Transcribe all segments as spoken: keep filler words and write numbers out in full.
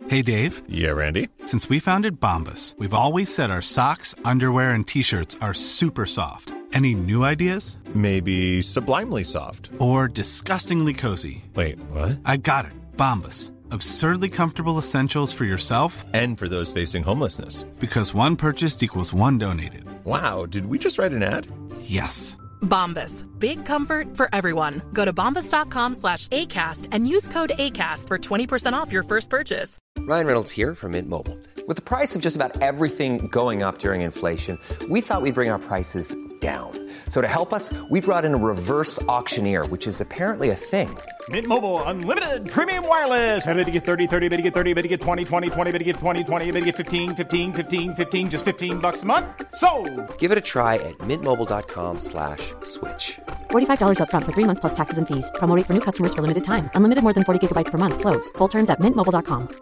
Hey, Dave. Yeah, Randy. Since we founded Bombas, we've always said our socks, underwear, and T-shirts are super soft. Any new ideas? Maybe sublimely soft. Or disgustingly cozy? Wait, what? I got it. Bombas. Absurdly comfortable essentials for yourself and for those facing homelessness. Because one purchased equals one donated. Wow, did we just write an ad? Yes. Bombas. Big comfort for everyone. Go to bombas.com slash ACAST and use code ACAST for twenty percent off your first purchase. Ryan Reynolds here from Mint Mobile. With the price of just about everything going up during inflation, we thought we'd bring our prices down. So to help us, we brought in a reverse auctioneer, which is apparently a thing. Mint Mobile Unlimited Premium Wireless. How to get thirty, thirty, how to get thirty, how to get twenty, twenty, twenty, how to get twenty, twenty, how to get fifteen, fifteen, fifteen, fifteen, just fifteen bucks a month? Sold! Give it a try at mintmobile.com slash switch. forty-five dollars up front for three months plus taxes and fees. Promo rate for new customers for limited time. Unlimited more than forty gigabytes per month. Slows full terms at mint mobile dot com.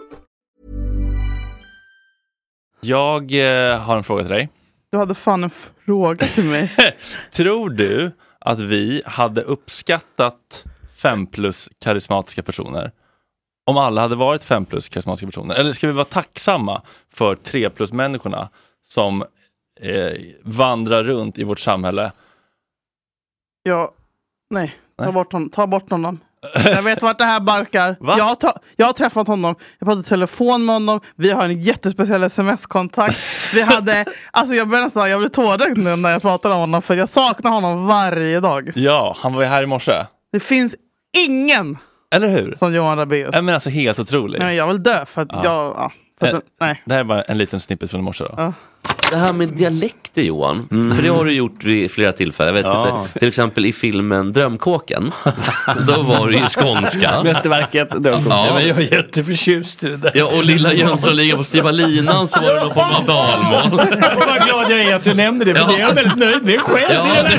Jag eh, har en fråga till dig. Du hade fan en fråga till mig. Tror du att vi hade uppskattat fem plus karismatiska personer om alla hade varit fem plus karismatiska personer? Eller ska vi vara tacksamma för tre plus människorna som eh, vandrar runt i vårt samhälle? Ja, nej. Ta nej. bort honom. Ta bort honom. Jag vet vart det här barkar. Jag har, ta- jag har träffat honom. Jag pratade telefon med honom. Vi har en jättespeciell sms-kontakt. Vi hade, alltså jag blev nästan, jag blev tårögd nu när jag pratade om honom. För jag saknar honom varje dag. Ja, han var ju här i morse. Det finns ingen. Eller hur? Som Johan Rabaeus. Jag menar alltså helt otroligt. Nej, jag vill dö för att ja. jag... Ja, för att, det, nej. Det här är bara en liten snippet från i morse då. Ja. Det här med dialekter, Johan, mm. för det har du gjort vid flera tillfällen. Jag vet ja. inte, till exempel i filmen Drömkåken. Då var det ju skånska. Mästerverket Drömkåken. Ja. Men jag är jätteförtjust i det. Ja, och lilla Jönsson ligger på Stiva linan, så var det någon form av dalmål. Vad glad jag är att du nämnde det, för ja. det är jag väldigt nöjd med själv.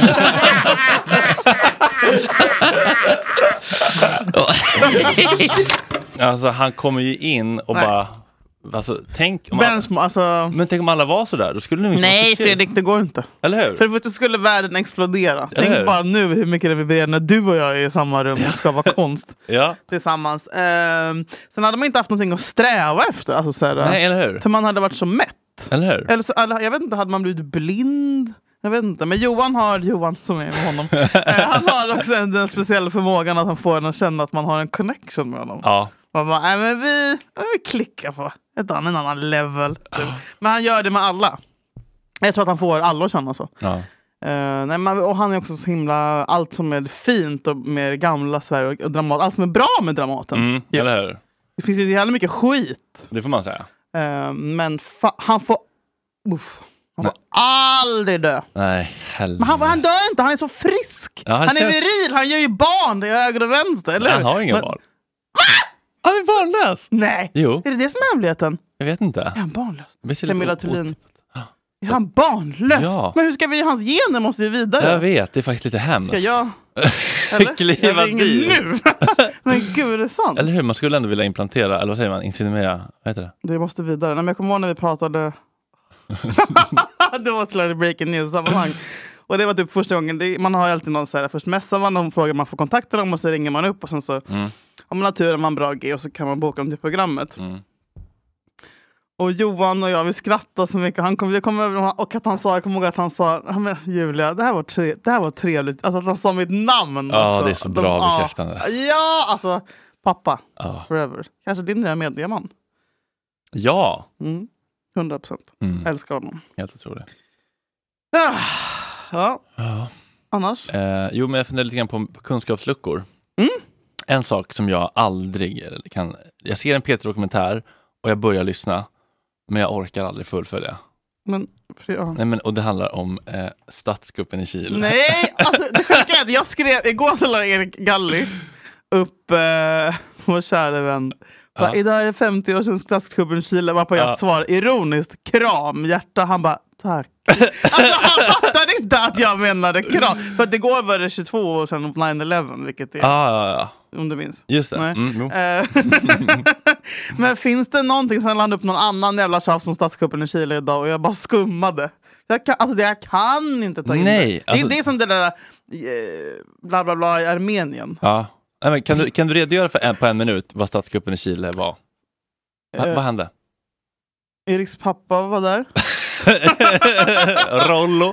Ja. Alltså han kommer ju in och Nej. bara... Alltså, tänk om Benchmark, alla, alltså... Men tänk om alla var så där, då skulle det inte Nej, Fredrik, det går inte. Eller hur? För då skulle världen explodera. Eller tänk hur? bara nu hur mycket det vibrerar när du och jag är i samma rum och skapar konst ja. tillsammans. Ehm, sen hade man inte haft någonting att sträva efter. Alltså, så här, Nej, eller hur? För man hade varit så mätt. Eller hur? Eller så, eller, jag vet inte, hade man blivit blind? Jag vet inte, men Johan har, Johan som är med honom, eh, han har också en, den speciella förmågan att han får en att känna att man har en connection med honom. Ja. Man bara, nej men vi, vi klickar på ett annan, en annan level. Typ. Men han gör det med alla. Jag tror att han får alla att känna så. Ja. Uh, nej, men, och han är också så himla, allt som är fint och med gamla Sverige och, och dramat, allt som är bra med Dramaten. Mm, ja. Eller hur? Det finns ju jävla mycket skit. Det får man säga. Uh, men fa- han får... Uff. Han får aldrig dö. Nej, helvete. Men han, han dör inte, han är så frisk. Ja, han han är känns... viril, han gör ju barn. Det är höger och vänster, eller? Han har inga men... barn. Han är barnlös. Nej, jo. Är det det som är hemligheten? Jag vet inte. Är han barnlös? Camilla Thulin. Är han barnlös? Ja. Men hur ska vi, hans gener måste ju vidare. Jag vet, det är faktiskt lite hemskt. Ska jag? Eller? Kliva jag ringer nu. Men gud, är det sant? Eller hur, man skulle ändå vilja implantera, eller vad säger man, insinuera, vad heter det? Det måste vidare. Nej, men jag kommer ihåg när vi pratade... det var ett breaking news-sammanhang. Och det var typ första gången, det, man har ju alltid någon så här, först mässar man och frågar man får kontakter dem och så ringer man upp och sen så mm. om man har tur är man bra G och så kan man boka dem till programmet. Mm. Och Johan och jag, vi skrattade så mycket. Han kom, vi kom över och att han sa, jag kommer ihåg att han sa, men Julia, det här var, tre, det här var trevligt. Alltså att han sa mitt namn. Ja, också. det är så bra De, bekräftande. Ja, alltså, pappa. Ja. Forever. Kanske din nya medieman. Ja. Mm. hundra procent. Mm. Älskar honom. Helt otroligt. Ja. Ja. ja. Annars? Eh, jo, men jag funderar lite grann på, på kunskapsluckor. Mm. En sak som jag aldrig kan... Jag ser en P tre-dokumentär och jag börjar lyssna. Men jag orkar aldrig fullfölja. Men, ja. Nej, men, och det handlar om eh, statskuppen i Chile. Nej, alltså det sjuka är att jag skrev... Igår så la Erik Galli upp eh, vår kära vän. Ja. Idag är det femtio år sedan statskuppen i Chile. Varpå ja. jag svar ironiskt, kram, hjärta. Han bara, tack. Alltså han fattade inte att jag menade kram. För att igår var det tjugotvå år sedan nio elva, vilket är... Ah, ja, ja. Om du minns. Just det. Nej. Mm, men finns det någonting som landade upp någon annan jävla tjafs som statskuppen i Chile idag och jag bara skummade. Jag kan, alltså det, jag kan inte ta in Nej, det. alltså... Det, det är som det där eh, bla bla bla i Armenien. Ja. Nej, men kan, du, kan du redogöra för en, på en minut vad statskuppen i Chile var? Va, Eh, vad hände? Eriks pappa var där. Rollo.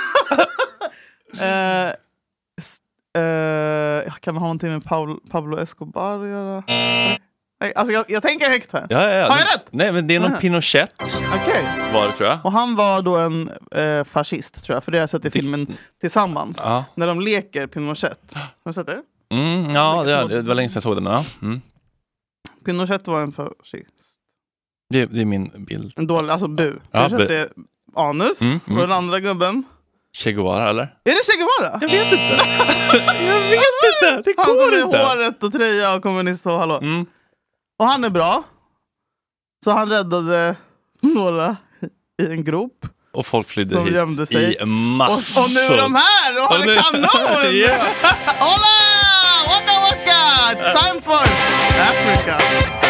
eh, s- eh, jag kan ha någonting med Paul, Pablo Escobar att göra. Nej, alltså jag, jag tänker högt här. Ja, ja, ja. Har jag rätt? Nej, men det är någon Aha. Pinochet. Okej. Var det, tror jag. Och han var då en eh, fascist, tror jag. För det har jag sett i filmen Tillsammans. Ja. När de leker Pinochet. Har du sett det? Mm, ja, det, det var länge sedan jag såg den. Ja. Mm. Pinochet var en fascist. Det, det är min bild. En dålig, alltså bu. Ja, Pinochet bu. är anus. Mm, mm. Och den andra gubben. Che Guevara, eller? Är det Che Guevara? Jag vet inte. jag vet inte. Det Han som går är inte. håret och tröja och kommunist och hallå. Mm. Och han är bra. Så han räddade några i en grop. Och folk flydde Som hit gömde sig. i massor. Och, och nu är de här och har Och nu- en kanon! Ja. Hola! Waka waka! It's time for Africa!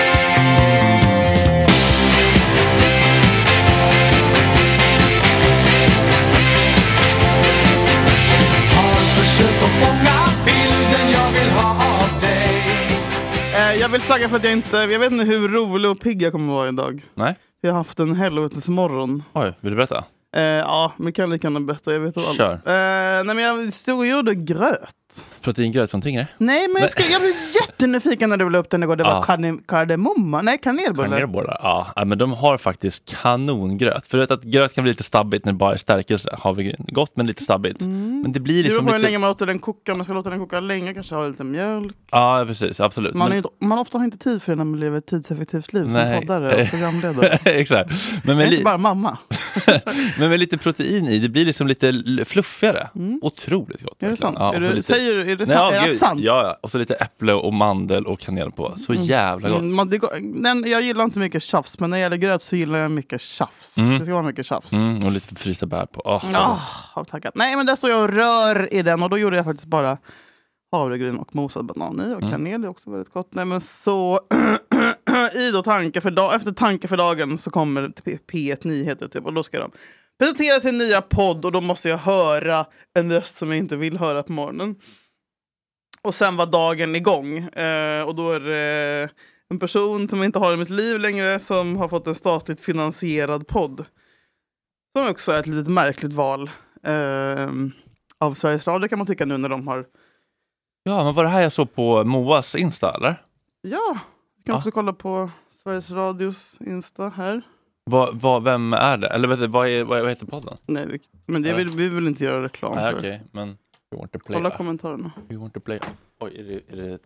Eh, Jag vill flagga för att jag inte, jag vet inte hur rolig och pigg jag kommer vara idag. Nej. Jag har haft en helvetesmorgon. Oj, vill du berätta? Eh, ja, men kan lika gärna berätta, jag vet vad. Kör. Eh, nej men jag stod och gjorde gröt. Proteingröt från Tingre? Nej men jag, ska, jag blev jättenyfiken när du ville upp den igår. Det var Ja. karne- kardemumma, nej kanelbullar. Kanelbollar, ja. ja. Men de har faktiskt kanongröt. För du vet att gröt kan bli lite stabbigt när det bara är stärkelse. Havregryn. Gott men lite stabbigt. Mm. Men det blir Det beror liksom på hur lite... länge man låter den koka. Man ska låta den koka länge, kanske ha lite mjölk. Ja, precis. Absolut. Man, Men- är inte, man ofta har inte tid för det när man lever ett tidseffektivt liv Nej. som poddare och programledare. Exakt. Men Jag är med, inte li- bara mamma. men med lite protein i, det blir liksom lite l- fluffigare. Otroligt gott. Är det verkligen. sant? Ja, och är så du, lite... Säger du, är det Nej, sant? ja, är det gud, sant? Ja, ja, och så lite äpple och mandel och kanel på. Så jävla gott. Mm, man, det går, den, jag gillar inte mycket tjafs, men när det gäller gröt så gillar jag mycket tjafs. Mm. Det ska vara mycket tjafs. Mm, och lite frysta bär på. Oh, Ja, har tackat. Nej, men där står jag och rör i den och då gjorde jag faktiskt bara havregryn och mosad banan i och Mm. kanel är också väldigt gott. Nej, men så i då tanke för dag, efter tanke för dagen så kommer P- P1 Nyheter typ och då ska de presentera sin nya podd och då måste jag höra en röst som jag inte vill höra på morgonen. Och sen var dagen igång eh, och då är det en person som jag inte har i mitt liv längre som har fått en statligt finansierad podd. Som också är ett litet märkligt val eh, av Sveriges Radio kan man tycka nu när de har... Ja, men var det här jag såg på Moas Insta, eller? Ja, vi kan Ja. också kolla på Sveriges Radios Insta här. Vad, vad, vem är det? Eller vet du, vad, är, vad, vad heter podden? Nej, vi, men det vill, vi vill inte göra reklam Nej, för. okej, men you want to play. Kolla kommentarerna. You want to play. Oj, är det... Är det...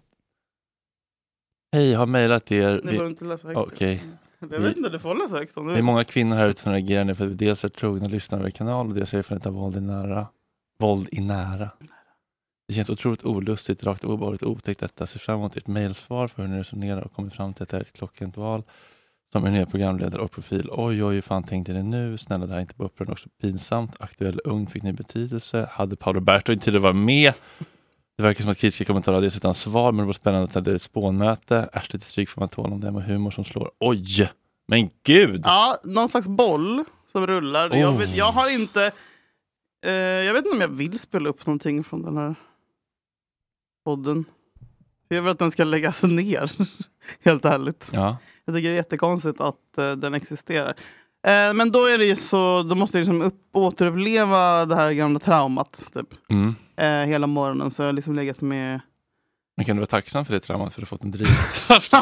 Hej, har mejlat er. Ni Vi... behöver inte läsa högt. Okej. Jag vet inte, du får läsa högt om du Det är vill. många kvinnor här ute som reagerar nu för att vi dels är trogna lyssnare av er kanal och dels är erfarenhet av våld i nära. Våld i nära. Det känns otroligt olustigt, rakt obehagligt otäckt detta. Ser fram emot ert mejlsvar för hur ni resonerar och kommer fram till att det är ett klockrent val. Som er nya programledare och profil. Oj, oj, hur fan tänkte ni nu? Snälla, det här är inte bara upprörande, också pinsamt. Aktuell ung fick ny betydelse. Hade Paolo Berto inte tid att vara med? Det verkar som att kritiska kommentarer hade utan svar, men det var spännande att det är ett spånmöte. Ärsligt stryk får man tåla om det med humor som slår. Oj! Men gud! Ja, någon slags boll som rullar. Jag, Oh. vet, jag har inte... Eh, jag vet inte om jag vill spela upp någonting från den här podden. Jag vill att den ska läggas ner. Helt ärligt. Ja. Jag tycker det är jättekonstigt att eh, den existerar. Eh, men då är det ju så, då måste jag liksom upp, återuppleva det här gamla traumat. Typ. Mm. Eh, hela morgonen. Så jag har liksom legat med... Men kan du vara tacksam för det traumat för att du fått en drivkraft?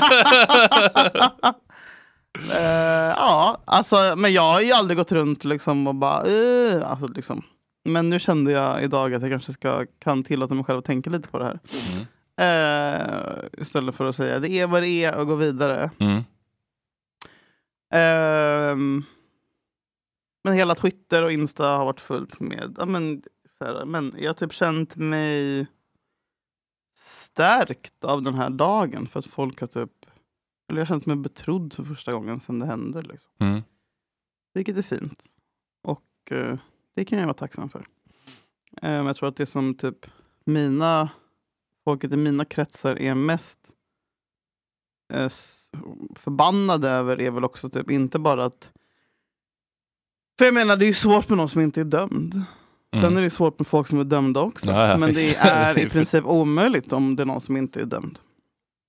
Eh, ja, alltså, men jag har ju aldrig gått runt liksom och bara... Uh, alltså, liksom. Men nu kände jag idag att jag kanske ska, kan tillåta mig själv att tänka lite på det här. Mm. Eh, istället för att säga det är vad det är och gå vidare. Mm. Ehm, men hela Twitter och Insta har varit fullt med... Ja, men, så här, men jag har typ känt mig stärkt av den här dagen. För att folk har typ... Eller jag har känt mig betrodd för första gången sedan det hände. Liksom. Mm. Vilket är fint. Och eh, det kan jag vara tacksam för. Eh, men jag tror att det som typ mina... Folket i mina kretsar är mest eh, s- förbannade över är väl också typ inte bara att... För jag menar, det är ju svårt med någon som inte är dömd. Mm. Sen är det svårt med folk som är dömda också. Ja, ja, men det visst. är i princip omöjligt om det är någon som inte är dömd.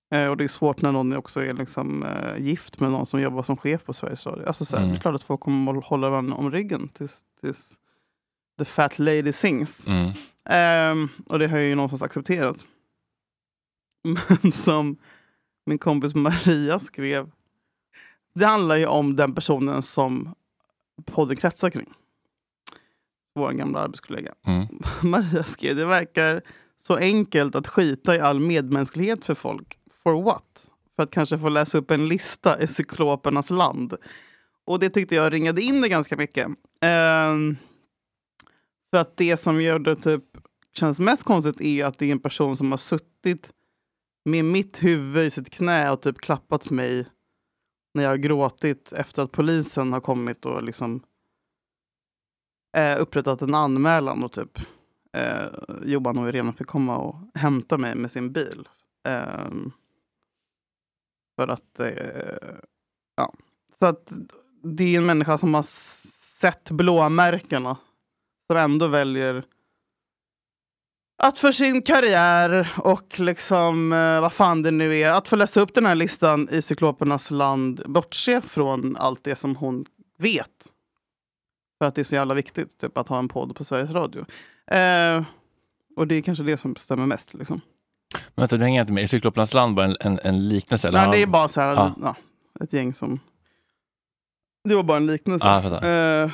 Eh, och det är svårt när någon också är liksom, eh, gift med någon som jobbar som chef på Sveriges Radio. Alltså, så här, Mm. det är klart att folk kommer att hålla varandra om ryggen tills, tills the fat lady sings. Mm. Eh, och det har jag ju någonstans accepterat. Men som min kompis Maria skrev, det handlar ju om den personen som podden kretsar kring. Vår gamla arbetskollega. Mm. Maria skrev, det verkar så enkelt att skita i all medmänsklighet för folk. For what? För att kanske få läsa upp en lista i cyklopernas land. Och det tyckte jag ringade in det ganska mycket. Ehm, för att det som gör det typ känns mest konstigt är att det är en person som har suttit med mitt huvud i sitt knä och typ klappat mig när jag har gråtit efter att polisen har kommit och liksom eh, upprättat en anmälan och typ eh, Johan och Irena fick komma och hämta mig med sin bil. Eh, för att eh, ja. Så att det är en människa som har sett blåmärkena som ändå väljer att för sin karriär och liksom eh, vad fan det nu är, att få läsa upp den här listan i cyklopernas land, bortse från allt det som hon vet. För att det är så jävla viktigt typ, att ha en podd på Sveriges Radio. Eh, och det är kanske det som stämmer mest liksom. Men vänta, du hänger inte med. I cyklopernas land var en, en, en liknelse? Eller? Nej, det är bara så här, Ja. ja, ett gäng som... Det var bara en liknelse. Ja, jag fattar. Eh,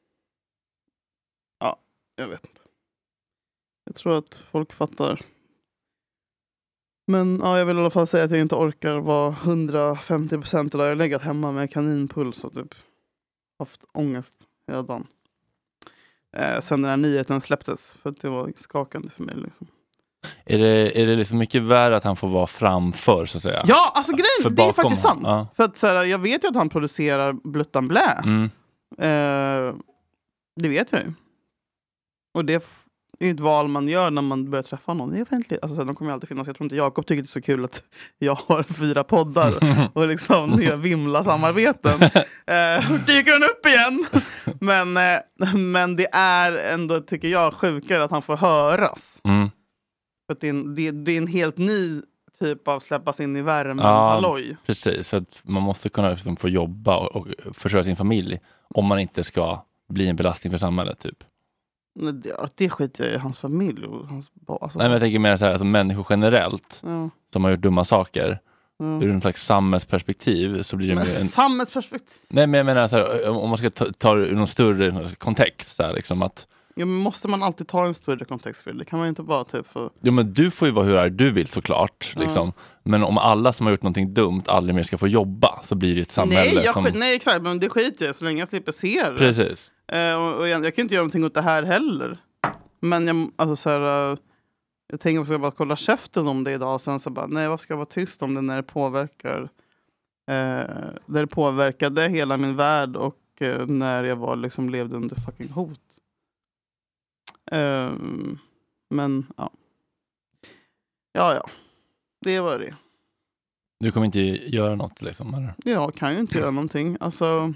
ja, jag vet inte. Jag tror att folk fattar. Men ja, jag vill i alla fall säga att jag inte orkar vara hundrafemtio procent där jag har legat hemma med kaninpuls och typ haft ångest hela dagen. Eh, sen den här nyheten släpptes, för att det var skakande för mig liksom. Är det, är det liksom mycket värre att han får vara framför, så att säga? Ja, alltså För grejen, det är bakom faktiskt sant. han, ja. För att så här, jag vet ju att han producerar Bluttan Blä. Mm. Eh, det vet jag ju. Och det f- är ju ett val man gör när man börjar träffa någon i offentlighet. Alltså, så här, de kommer ju alltid finnas. Jag tror inte Jakob tycker det är så kul att jag har fyra poddar och liksom jag vimlar samarbeten. Eh, dyker den upp igen. Men, eh, men det är ändå, tycker jag, sjukare att han får höras. Mm. För att det är, en, det, det är en helt ny typ av släppas in i värmen. Ja, halloj. precis. För att man måste kunna liksom få jobba och, och försörja sin familj om man inte ska bli en belastning för samhället, typ. Det, det skiter jag i hans familj och hans barn. Alltså. Nej, men jag tänker mer så här, alltså människor generellt Ja. som har gjort dumma saker. Mm. Ur en slags samhällsperspektiv så blir det Men, mer en... samhällsperspektiv. Nej, men jag menar så här, om man ska ta, ta det ur någon större kontext så här, liksom att... Ja, men måste man alltid ta en större kontext för det? Det kan man inte bara typ för... Ja, men du får ju vara hur är du vill såklart. Ja. Liksom. Men om alla som har gjort någonting dumt aldrig mer ska få jobba så blir det ett samhälle Nej, jag som... skit, nej, exakt. Men det skiter jag så länge jag slipper se det. Precis. Eh, och, och jag, jag kan inte göra någonting åt det här heller. Men jag, alltså så här, uh, jag tänker också bara kolla käften om det idag. Och sen så bara, nej, varför ska jag vara tyst om det när det påverkar... Eh, när det påverkade hela min värld och eh, när jag var liksom levde under fucking hot. Eh, men, ja. Ja, ja. Det var det. Du kommer inte göra något liksom, eller? Jag kan ju inte göra någonting. Alltså...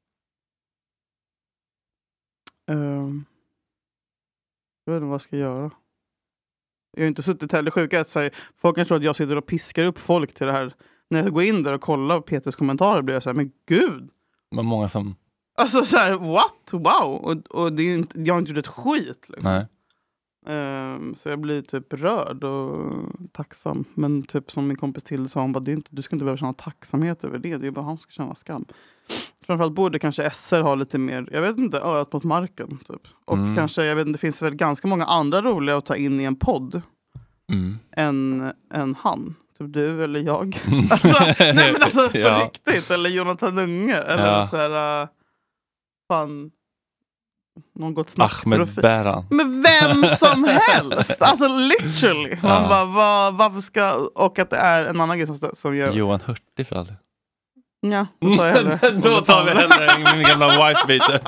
Um, jag vet inte vad jag ska göra. Jag har inte suttit heller sjuka. Så här, folk kan tro att jag sitter och piskar upp folk till det här. När jag går in där och kollar på Peters kommentarer blir jag så här, men gud! Men många som... Alltså så här, what? Wow! Och, och det är inte, jag har inte gjort ett skit. Liksom. Nej. Um, så jag blir typ rörd och tacksam. Men typ som min kompis till sa, hon bara, det är inte, du ska inte behöva känna tacksamhet över det. Det är bara han som ska känna skam. Framförallt borde kanske S R ha lite mer, jag vet inte, örat mot marken. Typ. Och Mm. kanske, jag vet inte, det finns väl ganska många andra roliga att ta in i en podd. Mm. Än, än han. Typ du eller jag. Alltså, nej men alltså på Ja. riktigt. Eller Jonathan Unge. Eller Ja. så här, uh, fan... Någon gott snack. Ahmed profil. Bäran. Men vem som helst. Alltså literally. Man Ja. bara, vad, varför ska... Och att det är en annan grej som, som gör... Johan Hurtig för aldrig. Ja, då tar jag hellre. Då tar vi hellre min gamla wife-beater.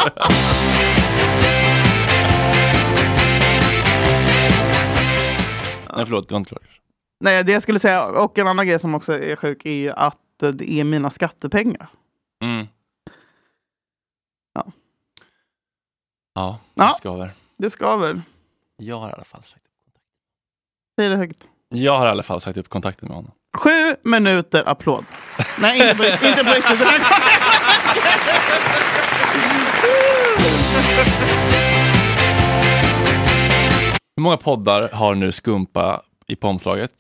Nej, förlåt, det var inte klart. Nej, det jag skulle säga, och en annan grej som också är sjuk är att det är mina skattepengar. Mm. Ja. Ja, det Ja. skaver. Det ska väl. Jag har i alla fall sagt upp kontakten. Säg det högt. Jag har i alla fall sagt upp kontakten med honom. Sju minuter applåd. Nej, inte på, inte på riktigt. Hur många poddar har nu Skumpa i på omslaget?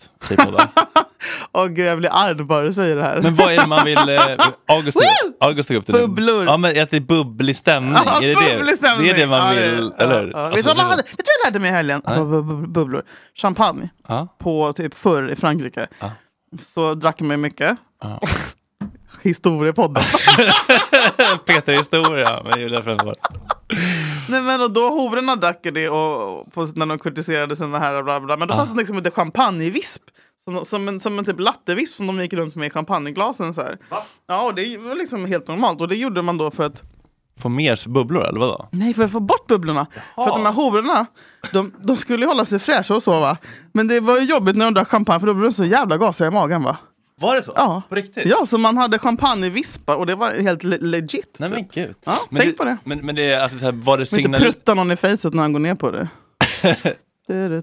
Åh gud, jag blir arg bara du säger det här. Men vad är det man vill... Eh, August, August tog upp det. Bubblor. Ja, men att det är bubblig stämning. Ja, är det, bubblig stämning. det? Det är det man ja, vill, ja, eller? Ja. Alltså, vet du vad jag hade? Vet du vad jag lärde mig i helgen? Bubblor. Champagne. Ja. På typ förr i Frankrike. Ja. Så drack man mycket. Ja. Historiepodden. Peter historia. Men Julia Fränfors. Nej men och då hovrarna drack det och på, när de kurtiserade sina här bla bla. Men då ah. fanns det liksom lite champagnevisp. Som, som, en, som en typ lattevisp som de gick runt med i champagneglasen så här. Va? Ja, och det var liksom helt normalt. Och det gjorde man då för att... Få mer bubblor eller vadå? Nej, för att få bort bubblorna. Jaha. För att de här hovrarna, de, de skulle ju hålla sig fräscha och så va. Men det var ju jobbigt när de drack champagne för då blev de så jävla gasiga i magen va. Var det så? Ja. På riktigt? Ja, så man hade champagnevispa och det var helt le- legit. Nej men gud. Ja, men tänk det, på det. Men, men det är alltså, var det signal... Inte prutta någon i facet när han går ner på det. men,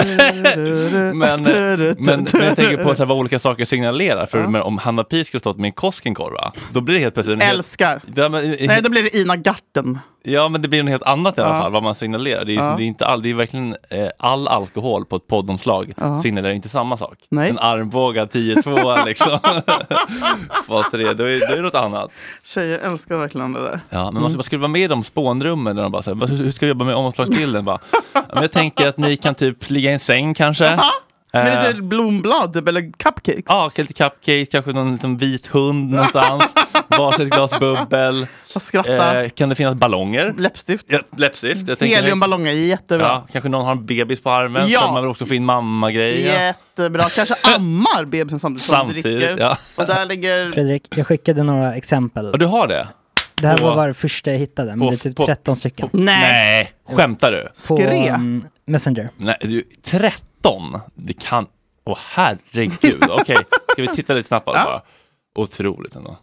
men, men jag tänker på så här, vad olika saker signalerar. För ja. Om Hanna Pi skulle stått med en Koskenkorva, då blir det helt plötsligt... Älskar! Helt, ja, men, nej, då blir det Ina Garten. Ja, men det blir något helt annat i alla ja. fall, vad man signalerar. Det är, ja. det är, inte all, det är verkligen eh, all alkohol på ett poddomslag ja. signalerar inte samma sak. Nej. En armbågad tio två liksom. Fast det, då är, då är det något annat. Tjejer älskar verkligen det där. Ja, men man, man skulle vara med i de spånrummen där de bara säger, hur, hur ska vi jobba med omslagsbilden? Bara, men jag tänker att ni kan typ ligga i en säng kanske. Men lite blomblad typ, eller cupcakes. Ja, lite cupcakes, kanske någon liten vit hund någonstans. Varsitt glas bubbel. Jag skrattar. Eh, kan det finnas ballonger? Läppstift. Ja, läppstift. Jag heliumballonger, jättebra. Ja, kanske någon har en bebis på armen. Ja. Så man vill också få in mamma-grejer. Jättebra. Kanske ammar bebisen samtidigt som samtidigt, dricker. Ja. Och där ligger... Fredrik, jag skickade några exempel. Och du har det? Det här på, var bara det första jag hittade, men på, det är typ på, tretton stycken. På, nej, skämtar du? På um, Messenger. Nej, du, tretton? Det kan... Åh oh, herregud, okej. Okay. Ska vi titta lite snabbare ja. bara? Otroligt ändå.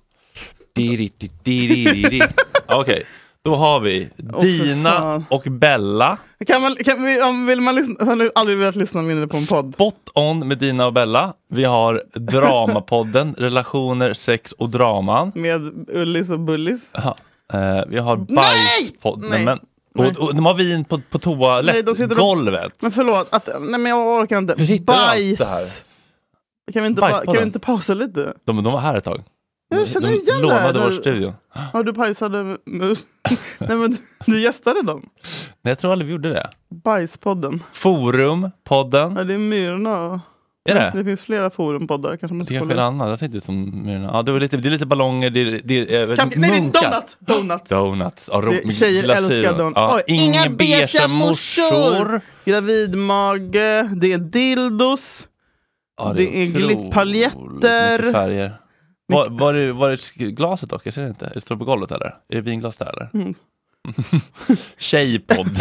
Okej, okay. Då har vi Dina oh, och Bella. Kan man, kan vi, om vill man lyssna, har ni aldrig velat lyssna mindre på en podd? Spot on med Dina och Bella. Vi har Dramapodden, relationer, sex och draman. Med Ullis och Bullis. Uh, vi har Bajspodden. Nej! Men, och, och de har vin på, på toa, lätt, nej, golvet. Men förlåt, att, nej men jag orkar inte. Hur hittar Bajs. Det här? Kan vi inte, ba, kan vi inte pausa lite? De, de var här ett tag. Jag känner de igen lånade det vår studio. Ja, du pajsade med, med, nej men du gästade dem. Nej, jag tror aldrig vi gjorde det. Bajspodden. Forumpodden. Ja, det är Myrorna. Är det? Det finns flera forumpoddar. Kanske man det är kanske en annan. Jag tänkte som Myrorna. Ja, det, var lite, det är lite ballonger. Det, det, det är kan, nej, donut. Donut. Donuts. Ja, ro, det, tjejer glasyr. Älskar donut. Ja, Oj, inga beiga morsor. Gravidmage. Det är dildos. Ja, det, det är glittpaljetter. Mycket färger. Var, var, är, var är glaset dock? Jag ser det inte. Är det står på golvet eller? Är det vinglas där eller? Mm. Tjejpodd.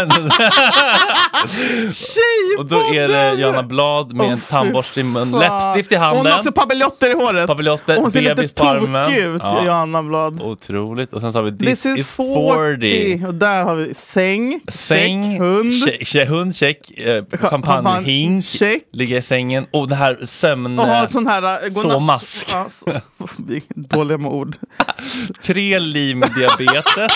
Tjejpodden! Och då är det Johanna Blad med oh, en tandborste i mun, läppstift i handen. Hon har också papiljotter i håret. Papiljotter, hon ser bebis lite på armen. Ut, ja. Johanna Blad. Otroligt. Och sen så har vi This, This is fyrtio. Och där har vi säng, säng check, hund. Che, che, hund, check. Eh, champagnehink. Check. Ligga i sängen. Och det här sömn... Och ha sån här... Uh, så mask. Ja, så. Dåliga med ord. Tre liv med diabetes.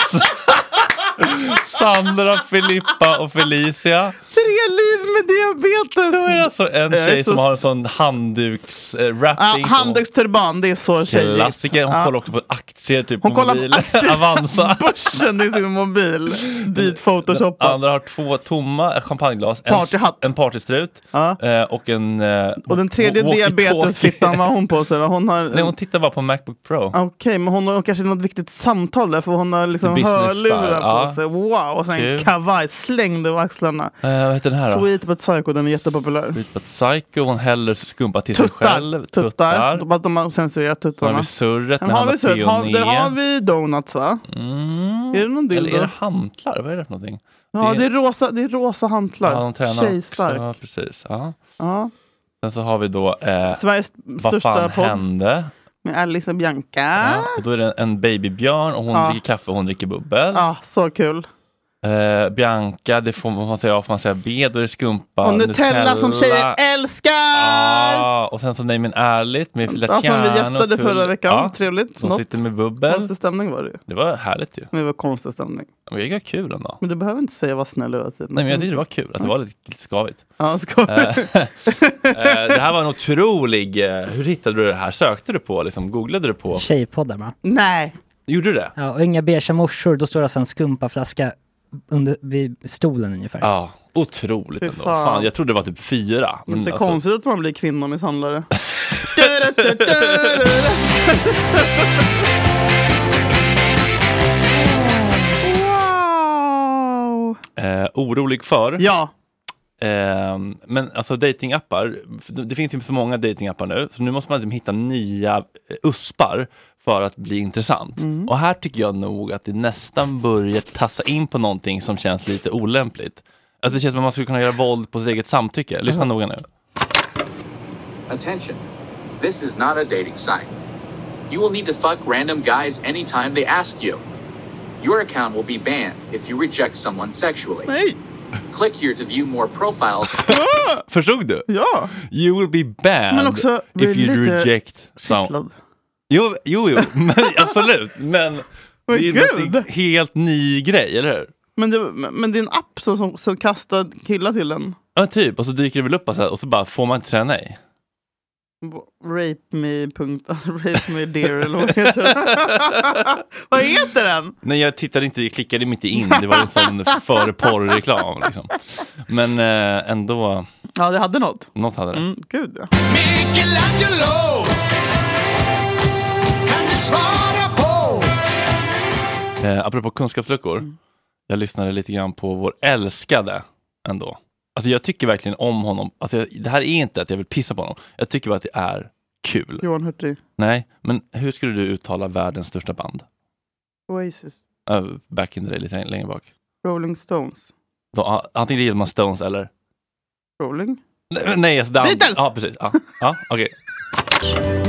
Sandra, Filippa och Felicia. Tre liv med diabetes. Det är alltså en tjej som så... har en sån handduks äh, wrapping. Ja, handduksturban, det är så tjejigt. Klassiker. Hon ja. kollar också på aktier typ hon på mobil. Avanza. Börsen i sin mobil. Dit photoshopat. Den andra har två tomma champagneglas. Partyhatt. En, en partystrut. Ja. Eh, och en... Eh, och den tredje diabetesfittan var hon på sig. Hon har, nej, hon tittar bara på Macbook Pro. Okej, okay, men hon har kanske något viktigt samtal där. För hon har liksom hörlurar på ja. sig. Wow, och sen en kavaj slängd över axlarna. Uh, vad heter den här då? Sweet but Psycho, den är jättepopulär. Sweet but Psycho, hon häller skumpa till tuttar, sig själv. Tuttar, tuttar. De har censurerat tuttarna. Så har vi surret med har vi surret. Har, där har vi donuts va? Mm. Är det någon dildo? Eller är det hantlar? Vad är det för någonting? Ja, det är, det är, rosa, det är rosa hantlar. Ja, de tränar Tjejstark. också. Ja, precis. Ja. Ja. Sen så har vi då eh, Sveriges vad fan podd. hände? Med Alice och Bianca. Ja, och då är det en babybjörn och hon ja. dricker kaffe och hon dricker bubbel. Ja, så kul. Uh, Bianca, det får man säga, får man säga B, då är det skumpa. Och Nutella, Nutella som tjejer älskar! Ja, och sen så Nej men ärligt med Filaciano. Ja, som vi gästade förra veckan, ja, trevligt. De sitter med bubbel. Konstig stämning var det ju. Det var härligt ju. Men det var konstig stämning. Men det var kul ändå. Men du behöver inte säga vad snäll du var typ. Nej men jag tyckte det var kul, att det var lite, lite skavigt. Ja, skavigt. uh, det här var en otrolig, uh, hur hittade du det här? Sökte du på, liksom, googlade du på? Tjejpoddar va? Nej. Gjorde du det? Ja, och inga beiga morsor, då står det alltså en skumpaflaska under, vid stolen ungefär. Ja, otroligt ändå. Fan. Fan, jag trodde det var typ fyra. Men inte alltså... konstigt att man blir kvinnomisshandlare. Wow! Eh, orolig för? Ja. Eh, men alltså datingappar, det finns ju så många datingappar nu, så nu måste man liksom hitta nya uspar för att bli intressant. Mm. Och här tycker jag nog att det nästan börjar tassa in på någonting som känns lite olämpligt. Alltså det känns som att man skulle kunna göra våld på sitt eget samtycke. Lyssna mm. noga nu. Attention. This is not a dating site. You will need to fuck random guys anytime they ask you. Your account will be banned if you reject someone sexually. Nej. Click here to view more profiles. Förstod du? Ja. You will be banned men också, if you reject someone. Jo, jo, jo. Men, absolut. Men det är en helt ny grej, eller hur? Men det, men det är en app så, som, som kastar killar till en. Ja, typ. Och så dyker det väl upp och så, här, och så bara får man inte säga nej. Rape me, punkt, rape me dear, eller vad heter den? Vad heter den? Nej, jag tittade inte, jag klickade inte in. Det var en sån för porrreklam liksom. Men eh, ändå. Ja, det hade något. Något hade det. Mm, gud, ja. Michelangelo, kan du svara på? Eh, apropå kunskapsluckor. Mm. Jag lyssnade lite grann på vår älskade ändå. Alltså jag tycker verkligen om honom. Alltså jag, det här är inte att jag vill pissa på honom. Jag tycker bara att det är kul. Johan Hurtig. Nej, men hur skulle du uttala världens största band? Oasis. Uh, back in the day, lite längre bak. Rolling Stones. Så, antingen gillar man Stones eller? Rolling? Nej, nej alltså, Beatles! Ja, precis. Ja, ja okej. Okay.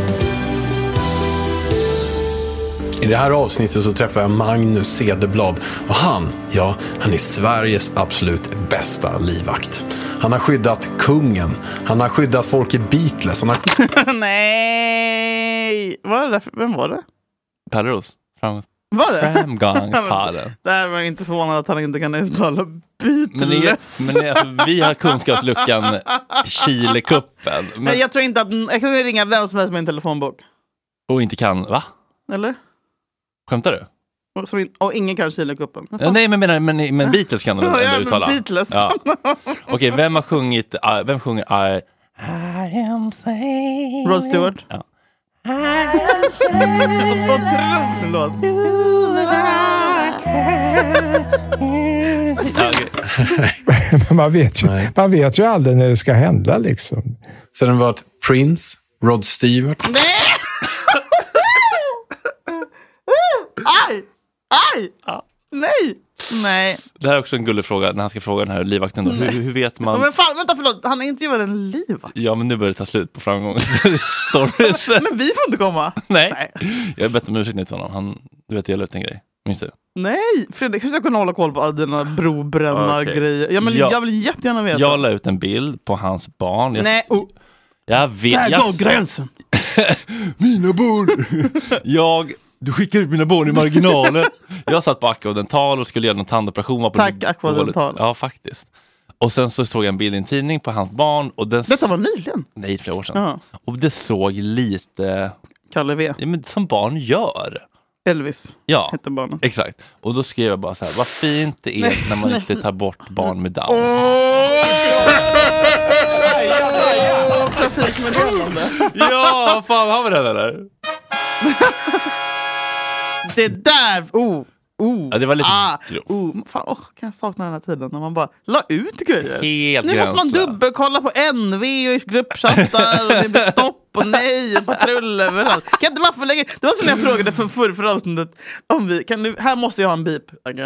I det här avsnittet så träffar jag Magnus Cederblad och han, ja, han är Sveriges absolut bästa livvakt. Han har skyddat kungen, han har skyddat folk i Beatles. Han har... Nej! Vad är det för... Vem var det? Pärleros. Fram... Var det? Framgångsparen. Det här var inte förvånad att han inte kan uttala Beatles. Men, är, men är, alltså, vi har kunskapsluckan Chile-kuppen. Men... Nej, jag tror inte att... Jag kan ringa vem som helst med en telefonbok. Och inte kan, va? Eller? Skämtar du? Och, som, och ingen kan Chile-kuppen. Ja, nej, men, men, men, men Beatles kan de ändå ja, uttala. Beatles. Ja. Okej, okay, vem har sjungit... Uh, vem sjunger I, I am saying... Rod Stewart? Ja. I am saying... Vad otrolig låt. Men man vet, ju, man vet ju aldrig när det ska hända liksom. Sen har det varit Prince, Rod Stewart. Nej! Aj! Aj! Ja. Nej! Nej. Det här är också en gullig fråga när han ska fråga den här livvakten då. Hur, hur vet man... Men fan, vänta, förlåt. Han är intervjuad en livvakt. Ja, men nu börjar det ta slut på framgångsstories. Men vi får inte komma. Nej. Nej. Jag har bett om ursäkt till honom. Han, du vet, jag la ut en grej. Minns du? Nej, Fredrik, hur ska jag kunna hålla koll på alla dina brobrännar-grejer? Okay. Ja, men jag, jag vill jättegärna veta. Jag la ut en bild på hans barn. Jag... Nej, oh. Jag vet. Där jag... går gränsen. Mina barn. jag... Du skickar ut mina barn i marginalen. Jag satt på Aqua Dental och skulle göra en tandoperation. På Tack Aqua Dental. Ja, faktiskt. Och sen så såg jag en bild i en tidning på hans barn. Och den... Detta var nyligen? Nej, flera år sedan. Ja. Och det såg lite... Kalle V. Ja, men som barn gör. Elvis. Ja, heter barnen. Exakt. Och då skrev jag bara så här: vad fint det är nej, när man nej. inte tar bort barn med Down. Ja, fan, har vi den eller? Det där, oh, oh. Ja, det var lite ah, oh, fan, oh, kan jag sakna den här tiden när man bara la ut grejer. Helt nu gränslös. Måste man dubbelkolla på N V och gruppchattar och det blir stopp och nej och patrull överallt. Kan inte bara få lägga... Det var som jag frågade för förra för avsnittet om vi kan nu, här måste jag ha en beep. Okay.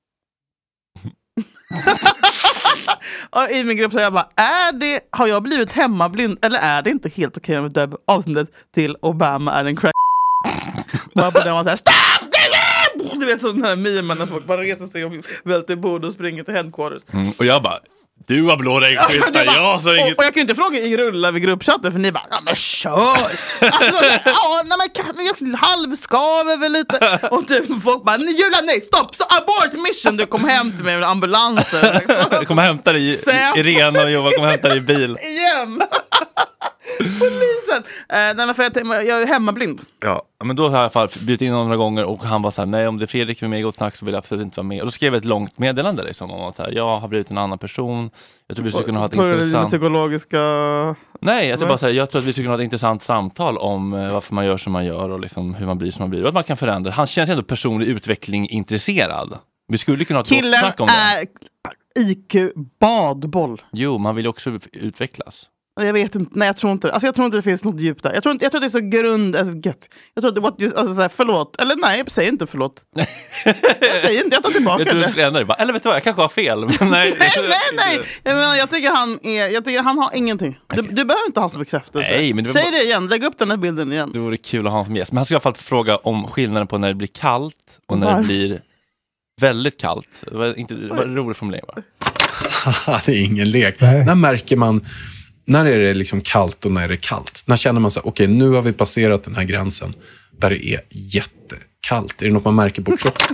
Och i min grupp så jag bara, är det, har jag blivit hemmablind eller är det inte helt okej med döp avsnittet till Obama är en crack? Och jag på den var såhär, stopp! Du vet sån här memen när folk bara reser sig och välter bord och springer till headquarters. Mm, och jag bara, du har blå regnskyltar, jag så inget. Och, och jag kan inte fråga i rulla vid gruppchatten för ni bara, ja men kör! Alltså, ja, nej men kan, halvskav över lite. Och typ, folk bara, Julia nej, stopp, så abort mission. Du kom hem till mig med ambulanser. Jag kommer hämta dig i, i Rena och jag kommer hämta dig i bil. Igen! Polisen! Eh, nej, för jag, jag är hemmablind. Ja, men då har jag i alla fall bjudit in honom några gånger och han var så här, nej om det är Fredrik med mig i Gott Snack så vill jag absolut inte vara med. Och då skrev jag ett långt meddelande liksom om att så här, jag har blivit en annan person. Jag tror vi skulle kunna ha ett på intressant... psykologiska... Nej, jag, bara säga, jag tror att vi skulle kunna ha ett intressant samtal om eh, varför man gör som man gör och liksom hur man blir som man blir. Och att man kan förändra. Han känns ändå personlig utveckling intresserad. Vi skulle kunna ha ett Killen gott snack om det. är I Q-badboll. Jo, man vill ju också utvecklas. Jag vet inte, nej jag tror inte alltså jag tror inte det finns något djup där. Jag tror inte jag tror det är så grund alltså, gött. Jag tror att det var alltså så här, förlåt eller nej, jag säger inte förlåt. Jag säger inte, jag tar tillbaka jag tror det. Du skulle ändra det bara, eller vet du vad, jag kanske har fel. Men nej, nej, nej, nej. Jag menar, jag tycker han är jag tycker han har ingenting. Du, du behöver inte ha hans bekräftelse. Nej, men det Säg bara... det igen, lägg upp den här bilden igen. Det vore kul att ha honom som gäst. Men han ska i alla fall fråga om skillnaden på när det blir kallt och när det blir väldigt kallt. Det var inte det var en rolig formulering va? Det är ingen lek. Nej. När märker man, när är det liksom kallt och när är det kallt? När känner man så okej, okay, nu har vi passerat den här gränsen där det är jättekallt. Är det något man märker på kroppen?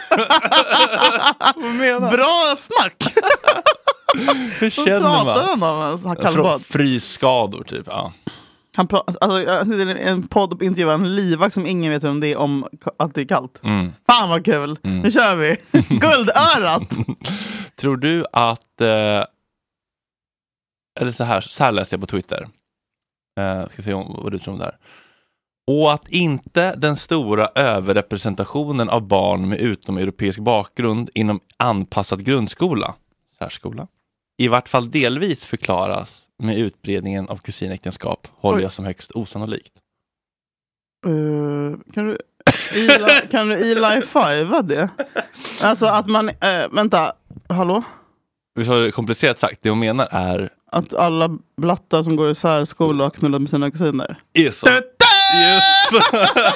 Bra snack! Hur känner man? Pratar han om han kallbad? Frysskador typ, ja. Han pratar, alltså, en podd intervjuar en livvakt som ingen vet om det är om att det är kallt. Mm. Fan vad kul, mm. Nu kör vi. Guldörat! Tror du att eh, eller så här, så här läste jag på Twitter. Eh, ska se om, vad du tror om det här. Och att inte den stora överrepresentationen av barn med utomeuropeisk bakgrund inom anpassad grundskola, särskola, i vart fall delvis förklaras med utbredningen av kusinäktenskap håller jag som högst osannolikt. Uh, kan du Eli, kan du Eli Five det? Alltså att man, uh, vänta, hallå? Vi har komplicerat sagt, det hon menar är att alla blattar som går i särskola och knullar med sina kusiner. Yes. Yes.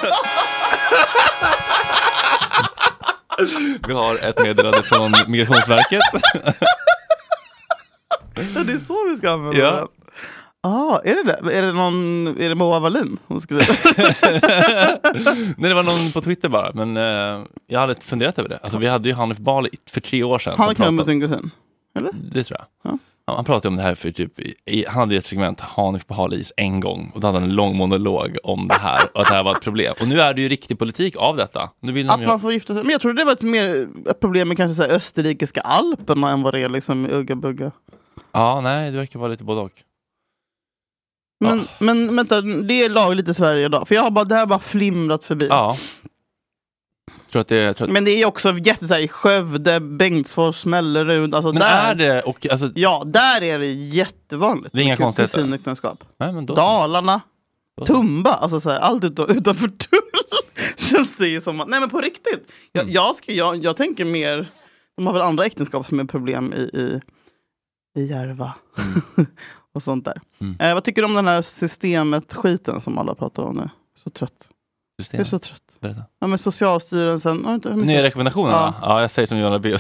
Vi har ett meddelande från Migrationsverket. Ja, det är så vi ska använda ja. den. Ah, är det det? Är det någon, är det Moa Wallin som skriver? Nej, det var någon på Twitter bara, men eh, jag hade funderat över det. Alltså vi hade ju Hanif Bali för tre år sedan. Han knullar med sin kusin, eller? Det tror jag. Ja. Han pratade om det här för typ, i, han hade ett segment Hanif på Halis en gång och då hade han en lång monolog om det här och att det här var ett problem. Och nu är det ju riktig politik av detta. Nu vill att de man får gifta sig. Men jag tror det var ett mer ett problem med kanske så här österrikiska Alperna än vad det är liksom i Ugga-Bugga. Ja, nej, det verkar vara lite både och. Men, ja. men vänta, det är lagligt i Sverige idag. För jag har bara, det här bara flimrat förbi. Ja. Tror att det, tror att... Men det är också jätte så här, i Skövde, Bengtsfors, Mellerud. Alltså men där, är det? Och, alltså... Ja, där är det jättevanligt. Det är inga konstigheter. Kusinäktenskap. Nej, men då... Dalarna. Då... Tumba. Alltså så här, allt utan, utanför tull. Känns det ju som att, nej men på riktigt. Jag, mm. jag, ska, jag, jag tänker mer, de har väl andra äktenskap som är problem i, i, i Järva. Mm. Och sånt där. Mm. Eh, vad tycker du om den här systemet-skiten som alla pratar om nu? Så trött. System. Jag är så trött. Berätta. Ja, men Socialstyrelsen. Ja, inte, nya rekommendationerna? Ja. ja, jag säger som Johanna Bios.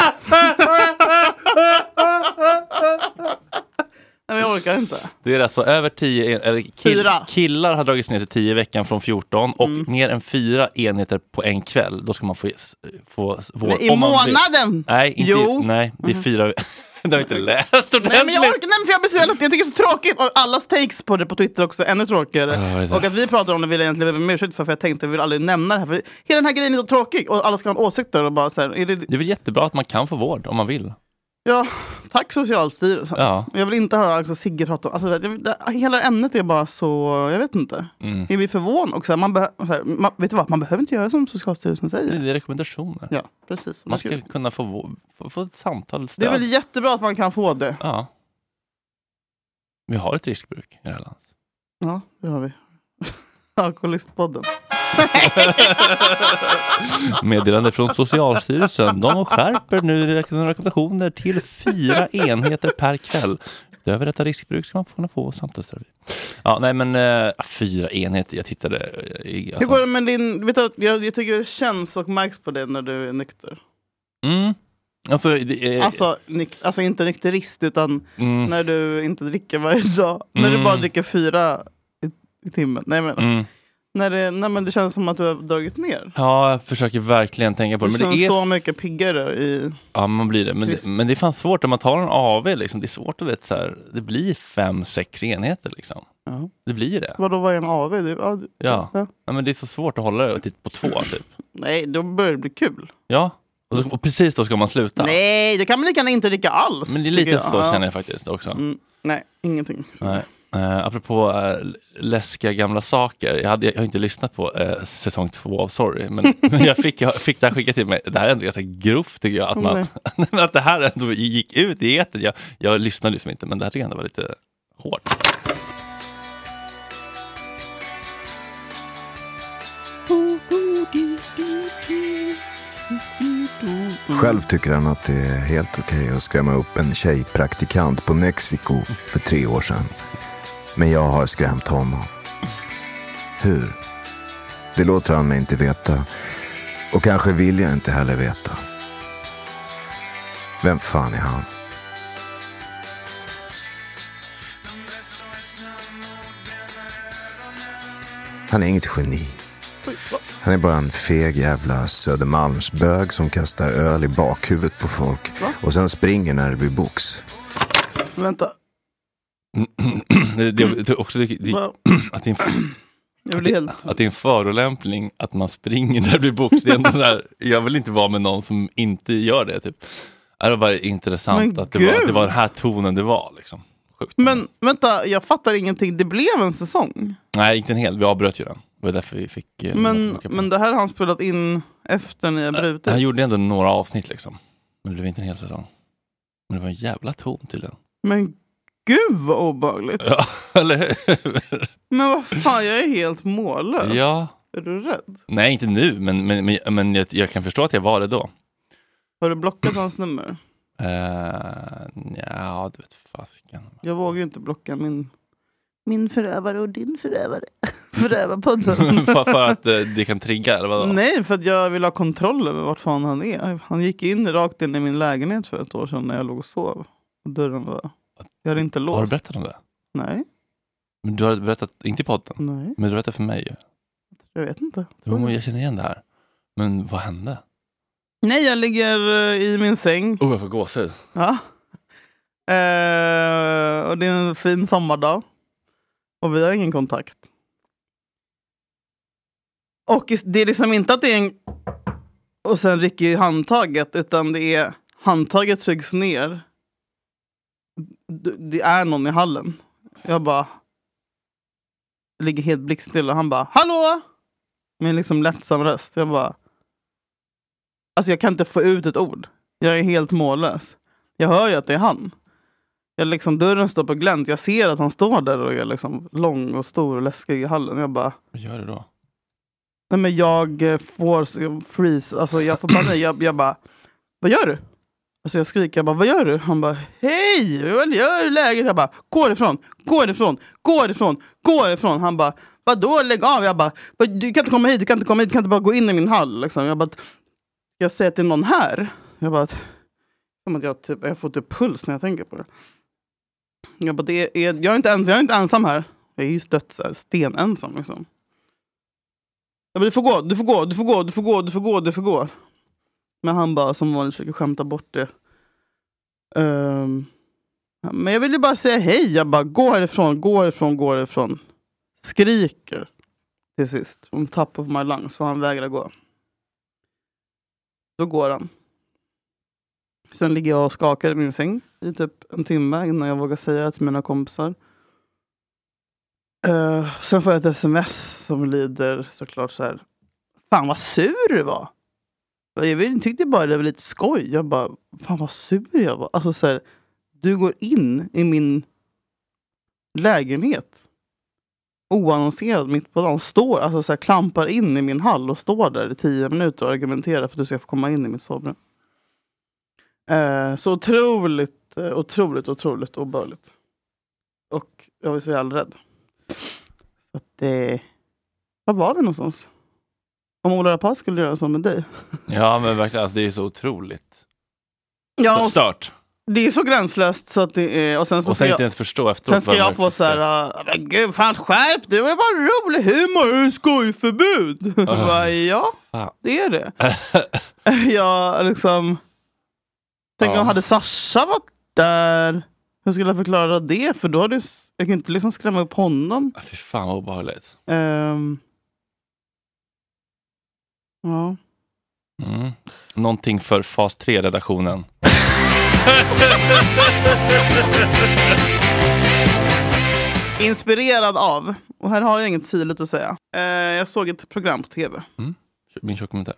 Nej, men jag orkar inte. Det är alltså över tio, eller kill, killar har dragits ner till tio i veckan från fjorton och mm. mer än fyra enheter på en kväll. Då ska man få, få vård. Men i månaden? Nej, inte, jo. nej, det är Mm. fyra. Det har inte läst. Nej, men jag orkar, nej, men för jag, blir så, jag tycker det är så tråkigt. Och allas takes på det på Twitter också ännu tråkigare. Oh, och att vi pratar om det vill jag egentligen be om ursäkt för, för jag tänkte att vi vill aldrig nämna det här. För hela den här grejen är så tråkig och alla ska ha en åsikt där och bara så här, är det... det är väl jättebra att man kan få vård om man vill. Ja, tack Socialstyrelsen. Ja. Jag vill inte höra alltså, Sigge prata om... Alltså, det, det, hela ämnet är bara så... Jag vet inte. Mm. Är vi förvånade också? Man behö, så här, man, vet du vad? Man behöver inte göra som Socialstyrelsen säger. Det är rekommendationer. Ja, precis. Man ska kunna få, få, få ett samtal. Det är väl jättebra att man kan få det. Ja. Vi har ett riskbruk i det här landet. Ja, det har vi. Alkoholistpodden. Meddelande från Socialstyrelsen. De skärper nu rekommendationer till fyra enheter per kväll. Utöver detta riskbruk ska man kunna få samtalsterapi. Ja, nej men äh, fyra enheter, jag tittade. Äh, alltså. Hur går det med din, vet du, jag, jag tycker det känns och märks på det när du är nykter. Mm. Alltså, det är... alltså, nyk, alltså inte nykterist utan mm. när du inte dricker varje dag. Mm. När du bara dricker fyra i, i timmen. Nej men. Mm. När det, nej, men det känns som att du har dragit ner. Ja, jag försöker verkligen tänka på det. Det men känns det är så mycket piggare i... Ja, man blir det. Men, det. men det är fan svårt. Om man tar en A V, liksom, det är svårt att veta så här. Det blir fem, sex enheter liksom. Ja. Det blir det. Vadå, vad är en A V? Det, ja, ja. Ja. ja, men det är så svårt att hålla det på två typ. Nej, då börjar det bli kul. Ja, och, och precis då ska man sluta. Nej, det kan man lika gärna inte dricka alls. Men det är lite så ja. känner jag faktiskt också. Mm, nej, ingenting. Nej. Uh, apropå uh, läskiga gamla saker. Jag, hade, jag har inte lyssnat på uh, säsong två av Sorry. Men, men jag fick, jag fick det här skickat till mig. Det här är ändå ganska grovt tycker jag. Att, man, mm. att det här ändå gick ut i etern. Jag, jag lyssnade liksom inte. Men det här tycker jag ändå var lite hårt. Själv tycker han att det är helt okej att skrämma upp en tjejpraktikant på Mexiko för tre år sedan. Men jag har skrämt honom. Hur? Det låter han mig inte veta. Och kanske vill jag inte heller veta. Vem fan är han? Han är inget geni. Han är bara en feg jävla Södermalmsbög som kastar öl i bakhuvudet på folk. Va? Och sen springer när det blir box. Vänta. det, det, det, också, det, det, att, det är en, att, det, att det är en förolämpning att man springer när det blir box. Det är ändå så här, jag vill inte vara med någon som inte gör det. Typ. Det var bara intressant att det var, att det var den här tonen det var. Liksom. Sjukt. Men vänta, jag fattar ingenting. Det blev en säsong. Nej, inte en hel. Vi avbröt ju den. Det var därför vi fick... Eh, men, men det här har han spelat in efter ni har brutit. Han gjorde ändå några avsnitt liksom. Men det blev inte en hel säsong. Men det var en jävla ton tydligen. Men gud vad obehagligt. Ja, eller hur? Men vad fan, jag är helt mållös. Ja. Är du rädd? Nej, inte nu. Men, men, men, men jag, jag kan förstå att jag var det då. Har du blockat hans nummer? Uh, ja, du vet fasiken. Jag vågar ju inte blocka min... Min förövare och din förövare. Förövarpodden. för, för att uh, det kan trigga, eller vadå? Nej, för att jag vill ha kontroll över vart fan han är. Han gick in rakt in i min lägenhet för ett år sedan när jag låg och sov. Och dörren var... Jag hade inte låst. Har du berättat om det? Nej. Men du har berättat, inte i podden? Nej. Men du berättade för mig ju. Jag vet inte. Jo, jag känner igen det här. Men vad hände? Nej, jag ligger uh, i min säng. Oh, jag får gåshud. Ja. Uh, och det är en fin sommardag. Och vi har ingen kontakt. Och det är liksom inte att det är en... Och sen rycker ju handtaget. Utan det är... Handtaget trycks ner. Det är någon i hallen. Jag bara... Jag ligger helt blickstilla. Och han bara... Hallå! Med en liksom lättsam röst. Jag bara... Alltså jag kan inte få ut ett ord. Jag är helt mållös. Jag hör ju att det är han. Jag liksom, dörren står på glänt. Jag ser att han står där och är liksom lång och stor och läskig i hallen. Jag bara... Vad gör du då? Nej men jag får jag freeze. Alltså jag får bara... Jag, jag bara... Vad gör du? Alltså jag skriker. Jag bara, vad gör du? Han bara, hej! Vad gör du läget? Jag bara, gå ifrån. Gå ifrån. Gå ifrån. Gå ifrån. Han bara, vadå? Lägg av. Jag bara, du kan inte komma hit. Du kan inte komma hit. Du kan inte bara gå in i min hall. Liksom. Jag bara... Jag säger till någon här. Jag bara... Som att jag, typ, jag får typ puls när jag tänker på det. Jag bara, det är, jag är inte ensam, jag är inte ensam här. Jag är ju stött så här, sten ensam liksom. Jag bara, du får gå, du får gå, du får gå, du får gå, du får gå, du får gå. Men han bara som vanligt försöker skämta bort det. Um, men jag ville bara säga hej. Jag bara, gå härifrån, gå härifrån, gå härifrån. Skriker till sist. On top of my lungs, för han vägrar gå. Då går han. Sen ligger jag och skakar i min säng i typ en timme innan jag vågar säga det till mina kompisar. Uh, sen får jag ett sms som lyder såklart så här. Fan vad sur du var. Jag tyckte bara det var lite skoj. Jag bara, fan vad sur jag var. Alltså så här, du går in i min lägenhet. Oannonserad mitt på dagen. Står, alltså så här, klampar in i min hall och står där i tio minuter och argumenterar för att du ska få komma in i mitt sovrum. Uh, så otroligt, uh, otroligt, otroligt obehagligt. Och jag var så jävla rädd. Så att det... Vad var det någonstans? Om Ola Rapace skulle göra så med dig. Ja, men verkligen, alltså, det är så otroligt ja, stört. Det är så gränslöst så att det är... Och sen, så och sen ska inte jag, ens förstå efteråt. sen ska jag få så här... Uh, men gud, fan skärp det var bara rolig humor, skojförbud. Uh. Bara, ja, uh. det är det. Jag liksom... Tänk uh. om hade Sasha varit där... Hur skulle jag förklara det? För då hade jag kan inte liksom skrämma upp honom. Fy fan vad obehagligt. Um, ja. Mm. Någonting för fas tre-redaktionen. Inspirerad av. Och här har jag inget tydligt att säga. Uh, jag såg ett program på tv. Mm. Min tjockkommentar.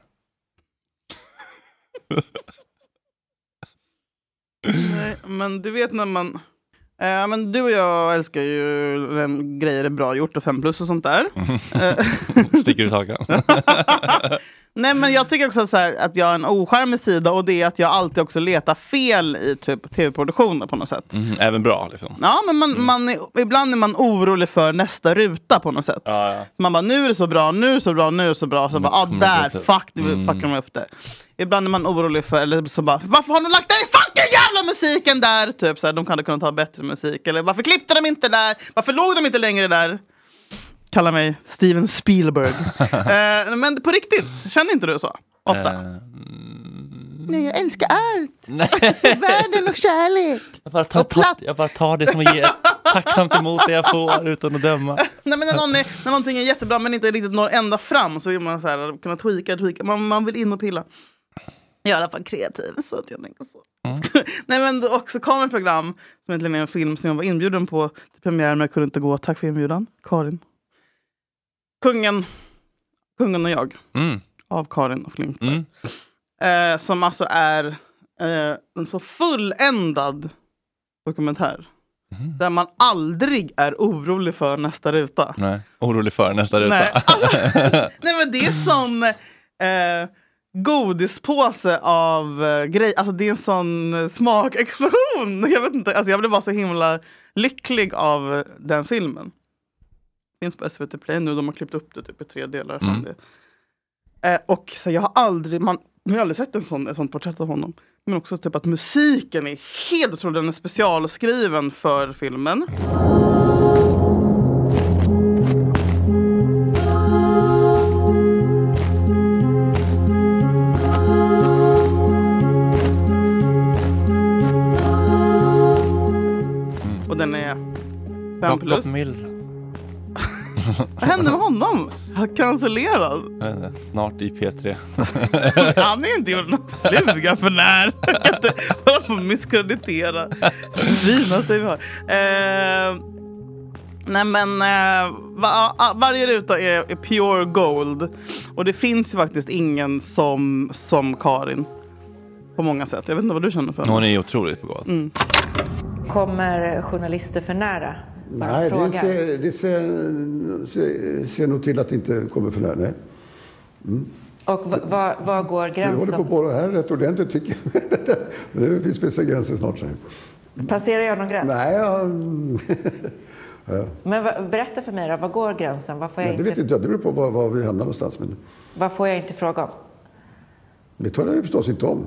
Nej, men du vet när man... Äh, men du och jag älskar ju den grejer är bra gjort och fem plus och sånt där. Sticker ut hakan. Nej, men jag tycker också så här, att jag har en oskärmig sida och det är att jag alltid också letar fel i typ tv-produktioner på något sätt. Mm, även bra liksom. Ja, men man, mm. man är, ibland är man orolig för nästa ruta på något sätt. Ja, ja. Man bara, nu är det så bra, nu är det så bra, nu är det så bra. Så bara, ah, där, fuck, du mm. fuckar man upp det. Ibland är man orolig för, eller så bara, varför har de lagt den fucking jävla musiken där? Typ så här, de hade kunnat ha bättre musik. Eller varför klippte de inte där? Varför låg de inte längre där? Kalla mig Steven Spielberg. uh, men på riktigt, känner inte du så? Ofta? Uh, mm. Nej, jag älskar allt. Världen och kärlek. Jag bara, tar, tar, jag bara tar det som att ge tacksamt emot det jag får utan att döma. Nej, men när, någon är, när någonting är jättebra men inte riktigt når ända fram så vill man så här, kunna tweaka, tweaka. Man, man vill in och pilla. Jag är i alla fall kreativ så att jag tänker så. Mm. Nej, men det också kom ett program som egentligen är en film som jag var inbjuden på till premiär men jag kunde inte gå. Tack för inbjudan, Karin. Kungen Kungen och jag mm. av Karin och Flintberg. Mm. Eh, som alltså är eh, en så fulländad dokumentär. Mm. Där man aldrig är orolig för nästa ruta. Nej, orolig för nästa ruta. Nej, alltså, nej men det är som eh, godispåse av eh, grej. Alltså det är en sån smakexplosion. Jag vet inte, alltså jag blev bara så himla lycklig av den filmen. Finns på S V T Play nu, de har klippt upp det typ i tre delar. Mm. Det. Eh, och så jag har aldrig, man, jag har aldrig sett en sån, en sån porträtt av honom. Men också typ att musiken är helt otrolig, den är specialskriven för filmen. Mm. Och den är fem plus. Vad hände med honom? Han cancellerad. Snart i P tre. Han är inte gjort någon fluga för när. Jag kan inte hålla på att misskreditera det finaste vi har. Eh, nej men eh, var, varje ruta är, är pure gold. Och det finns ju faktiskt ingen som, som Karin. På många sätt. Jag vet inte vad du känner för. Hon är otroligt begåvad. Mm. Kommer journalister för nära? Nej, det, ser, det ser, ser, ser nog till att det inte kommer för nära. Nej. Mm. Och v- var, var går gränsen? Vi håller på på det här rätt ordentligt tycker jag. Det finns vissa gränser snart. Så. Passerar jag någon gräns? Nej, ja. ja. Men v- berätta för mig då, var går gränsen? Vad får jag Nej, det inte... vet inte jag, det beror på var, var vi hamnar någonstans. Men... Vad får jag inte fråga om? Det tar jag förstås inte om.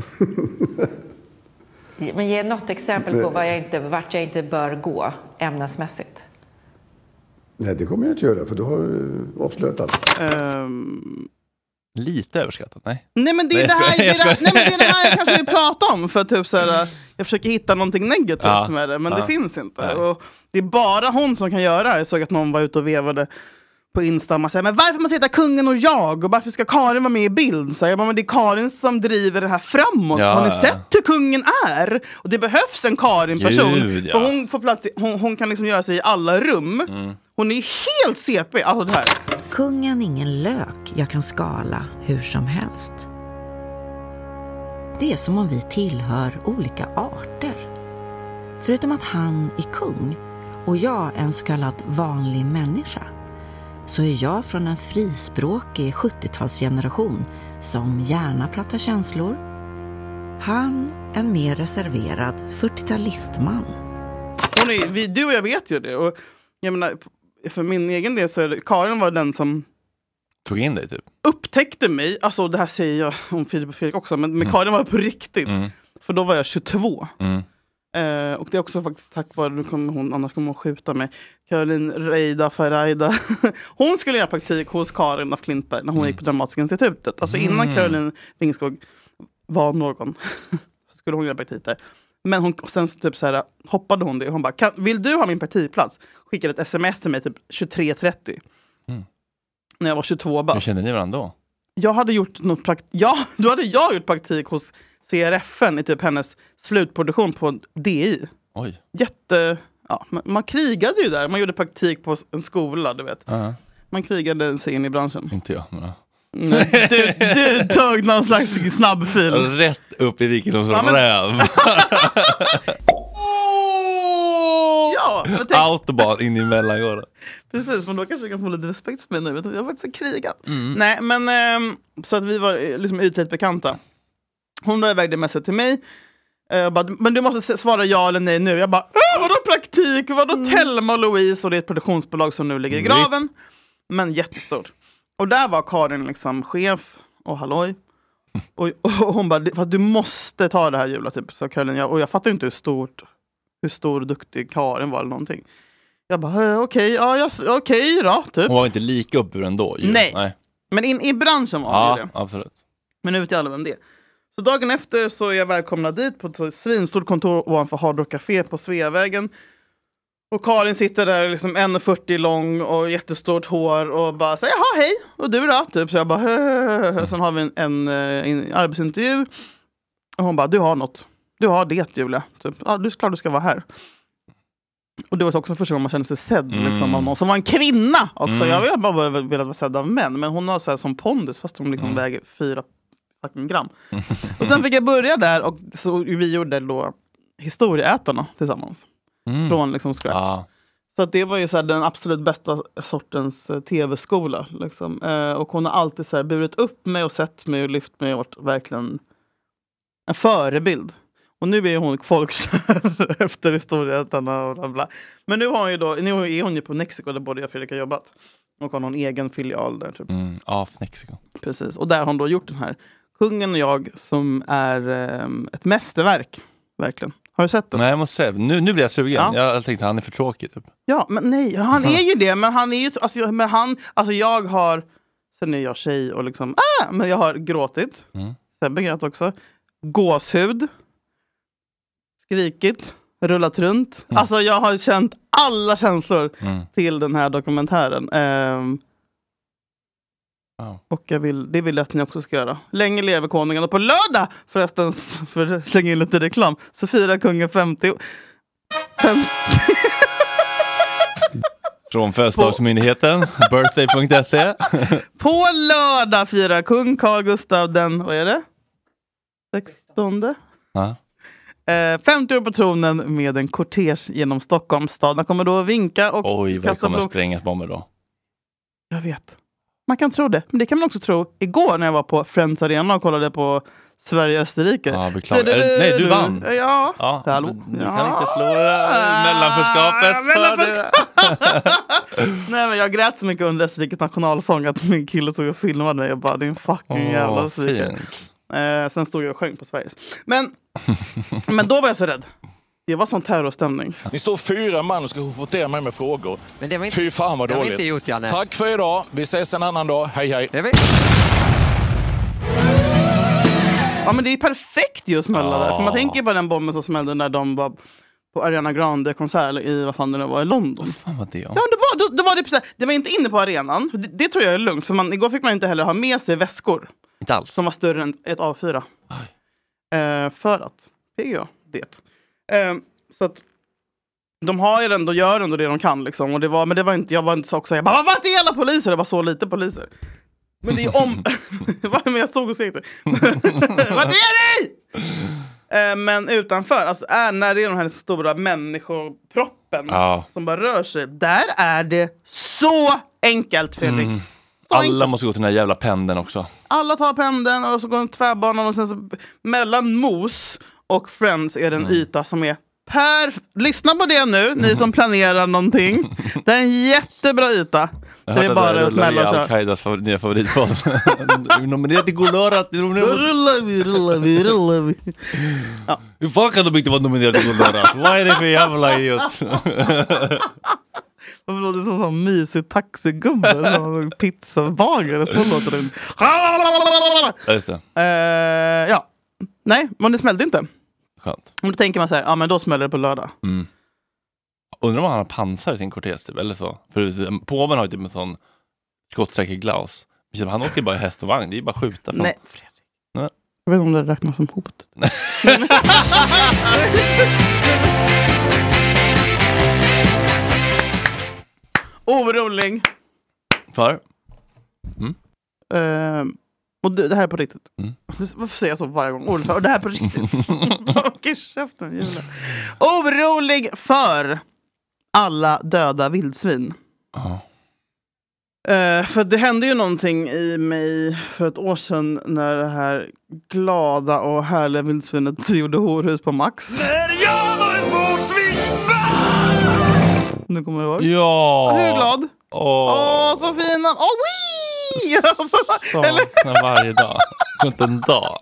Men ge något exempel på vad jag inte, vart jag inte bör gå ämnesmässigt. Nej, det kommer jag inte göra för du har avslöjat allt. Um... Lite överskattat, nej. Nej men det är, nej, det, här, det, är det, här, nej, men det, är det här jag kanske vill prata om. För typ så här, jag försöker hitta någonting negativt ja, med det. Men ja, det finns inte. Och det är bara hon som kan göra det. Jag såg att någon var ute och vevade på Insta. Man säger, men varför måste heta kungen och jag? Och varför ska Karin vara med i bild? Så jag bara, men det är Karin som driver det här framåt. Ja, har ni sett hur kungen är? Och det behövs en Karin-person. Gud, ja. För hon får plats, hon, hon kan liksom göra sig i alla rum. Mm. Hon är helt C P. Alltså det här. Kungen är ingen lök jag kan skala hur som helst. Det är som om vi tillhör olika arter. Förutom att han är kung och jag en så kallad vanlig människa, så är jag från en frispråkig sjuttiotalsgeneration som gärna pratar känslor. Han en mer reserverad fyrtiotalistman. hon är, vi, du och jag vet ju det. Och jag menar, för min egen del så är det, Karin var den som tog in dig typ. Upptäckte mig, alltså det här säger jag om Filip och Fredrik också, men med Mm. Karin var det på riktigt. Mm. För då var jag tjugotvå. Mm. Eh, och det är också faktiskt tack vare, nu kommer hon, annars kommer hon skjuta mig, Caroline Reida Farajda. Hon skulle göra praktik hos Karin af Klintberg när hon Mm. gick på Dramatiska institutet. Alltså innan Mm. Caroline Ringskog var någon så skulle hon göra praktik där. Men hon, sen så typ så här, hoppade hon det och hon bara, kan, vill du ha min praktikplats? Skickade ett sms till mig typ tjugotre trettio. Mm. När jag var tjugotvå bara. Hur kände ni varandra då? Jag hade gjort något praktik, ja, då hade jag gjort praktik hos C R F N i typ hennes slutproduktion på D I. Oj. Jätte, ja, man, man krigade ju där, man gjorde praktik på en skola, du vet. Uh-huh. Man krigade sig in i branschen. Inte jag, men... Nej, du, du tog någon slags snabbfil. Rätt upp i vilken hos Ja, men- räv. Ja, men tänk, Autobahn in i mellangården. precis, men då kanske jag kan få lite respekt för mig nu. Vet du, jag har faktiskt krigat. Mm. Nej, men ehm, så att vi var eh, liksom ytligt bekanta. Hon drar iväg det mesta till mig. Eh, bara, men du måste s- svara ja eller nej nu. Jag bara, "Åh, vadå praktik? Vadå Thelma och Louise? Och det är ett produktionsbolag som nu ligger i graven. Men jättestort. Och där var Karin liksom chef och halloj. Och, och hon bara, "Fast du måste ta det här Julia, typ. Så Caroline, jag, och jag fattar inte hur stort, hur stor och duktig Karin var eller någonting. Jag bara, "Eh, okej, ja, jag s- okej då, typ. Hon var inte lika uppburen då ju. Nej. Nej. Men in, i branschen var Ja, det det. absolut. Men nu vet jag alla vem det är. Så dagen efter så är jag välkomnad dit på ett svinstort kontor ovanför Hard Rock Café på Sveavägen. Och Karin sitter där liksom en fyrtio lång och jättestort hår och bara säger jaha hej, och du då? Typ. Så jag bara höhöhö. Sen har vi en, en, en arbetsintervju. Och hon bara, du har något. Du har det Julia. Typ. Ja, du är klart du ska vara här. Och det var också första gången man kände sig sedd Mm. liksom, av någon som var en kvinna också. Mm. Jag har bara velat vara sedd av män. Men hon har så här som pondus fast hon liksom Mm. väger fyra fucking gram. Och sen fick jag börja där och så vi gjorde då Historieätarna tillsammans. Mm. Från liksom scratch. Ja. Så att det var ju så här den absolut bästa sortens eh, tv-skola. Liksom. Eh, och hon har alltid så här burit upp mig och sett mig och lyft mig och varit verkligen en förebild. Och nu är hon folkkär efter Historieätarna och bla bla. Men nu, har hon ju då, nu är hon ju på Mexiko där både jag och Fredrik har jobbat. Och har någon egen filial där typ. Mm, av Mexiko. Precis, och där har hon då gjort den här Kungen och jag som är eh, ett mästerverk. Verkligen. Har du sett den? Nej, jag måste säga, nu, nu blir jag sugen. Ja. Jag tänkte han är för tråkig typ. Ja, men nej, han är ju det. Men han är ju, alltså, men han, alltså jag har, sen är jag tjej och liksom, ah, men jag har gråtit. Mm. Sebbe grät också. Gåshud. Skrikit. Rullat runt. Mm. Alltså jag har känt alla känslor Mm. till den här dokumentären. Ehm, Wow. Och jag vill, det vill jag att ni också ska göra. Länge lever konungen. Och på lördag, förresten, för att slänga in lite reklam, så firar kungen femtio. femtio. Från födelsedagsmyndigheten, birthday punkt se. På lördag firar kung Carl Gustaf den, vad är det? sextonde? Ja. Eh, femtio år på tronen med en kortege genom Stockholms stad. Han kommer då att vinka och Oj, vad det kasta kommer blom. att sprängas bomber då. Jag vet. Man kan tro det. Men det kan man också tro. Igår när jag var på Friends Arena och kollade på Sverige-Österrike. Ja, beklagar. Är det- nej, du vann. Ja. Ja, Hallå? du, du Ja. kan inte förlora mellanförskapet. Ah, för mellanförskap. Nej, men jag grät så mycket under Österrikes nationalsång att min kille stod och filmade mig. Jag bara, det är en fucking Åh, jävla Österrike. fint. Eh, sen stod jag och sjöng på Sveriges. Men, men då var jag så rädd. Det var sån terrorstämning. Ni står fyra man och ska votera mig med frågor. Men det var inte, Fy fan vad det var dåligt. inte gjort, Janne. Tack för idag. Vi ses en annan dag. Hej hej. Det var... Ja, men det är perfekt ju att smälla Ja. där. För man tänker på den bomben som smällde när de var på Ariana Grande-konsert i, vad fan det nu var, i London. Fan vad det är. Ja, det var, då, då var det, precis, det var inte inne på arenan. Det, det tror jag är lugnt. För man, igår fick man inte heller ha med sig väskor. Inte alls. Som var större än ett A fyra. Eh, för att, P G A, det. Eh, så att de har ju ändå, gör ändå det de kan liksom. Och det var, men det var inte, jag var inte så också, jag bara, vad är alla poliser? Det var så lite poliser. Men det är om... Vad men jag stod och skrek det. Vad är det? Eh, men utanför, alltså är, när det är de här stora människoproppen Ja. som bara rör sig, där är det så enkelt, Fredrik. Mm. Så Alla enkelt. måste gå till den här jävla pendeln också. Alla tar pendeln och så går en tvärbanan och sen så mellan Mos och Friends är det en Mm. yta som är Per, lyssna på det nu, ni som planerar någonting. Det är en jättebra yta. Jag det är bara att smälla och köra. Al-Qaidas favor- nya favoritpodd. Nominerat till Golora. Då rullar vi, rullar vi, rullar vi. Ja. Hur fan kan de inte vara nominerade till Golora? Vad är det för jävla idiot? Vad låter det som en sån mysig taxigubbe? Som pizzabagare, så låter det. Just det. Uh, ja. Nej, men det smällde inte. Skönt. Och då tänker man så här, ja men då smäller det på lördag. Mm. Undrar om han har pansar i sin kortes typ, eller så. För påven har ju typ en sån skottsäker glaus. Han åker bara i häst och vagn, det är bara skjuta. Från... Nej, Fredrik. Nej. Jag vet inte om det räknas som hot. Orolig. För? Mm. Uh, och det, det här är på riktigt. Mm. Varför säger jag så varje gång? Orolig för. Och det här är på riktigt. Okej, käften, jävlar. Orolig för alla döda vildsvin. Oh. Uh, för det hände ju någonting i mig för ett år sedan när det här glada och härliga vildsvinet gjorde horhus på Max. När jag var ett vårdsvinsbarn! Nu kommer du ihåg? Ja! Hur glad? Åh, oh. oh, så fin han! Åh, oh, wii! Eller varje dag. Inte en dag.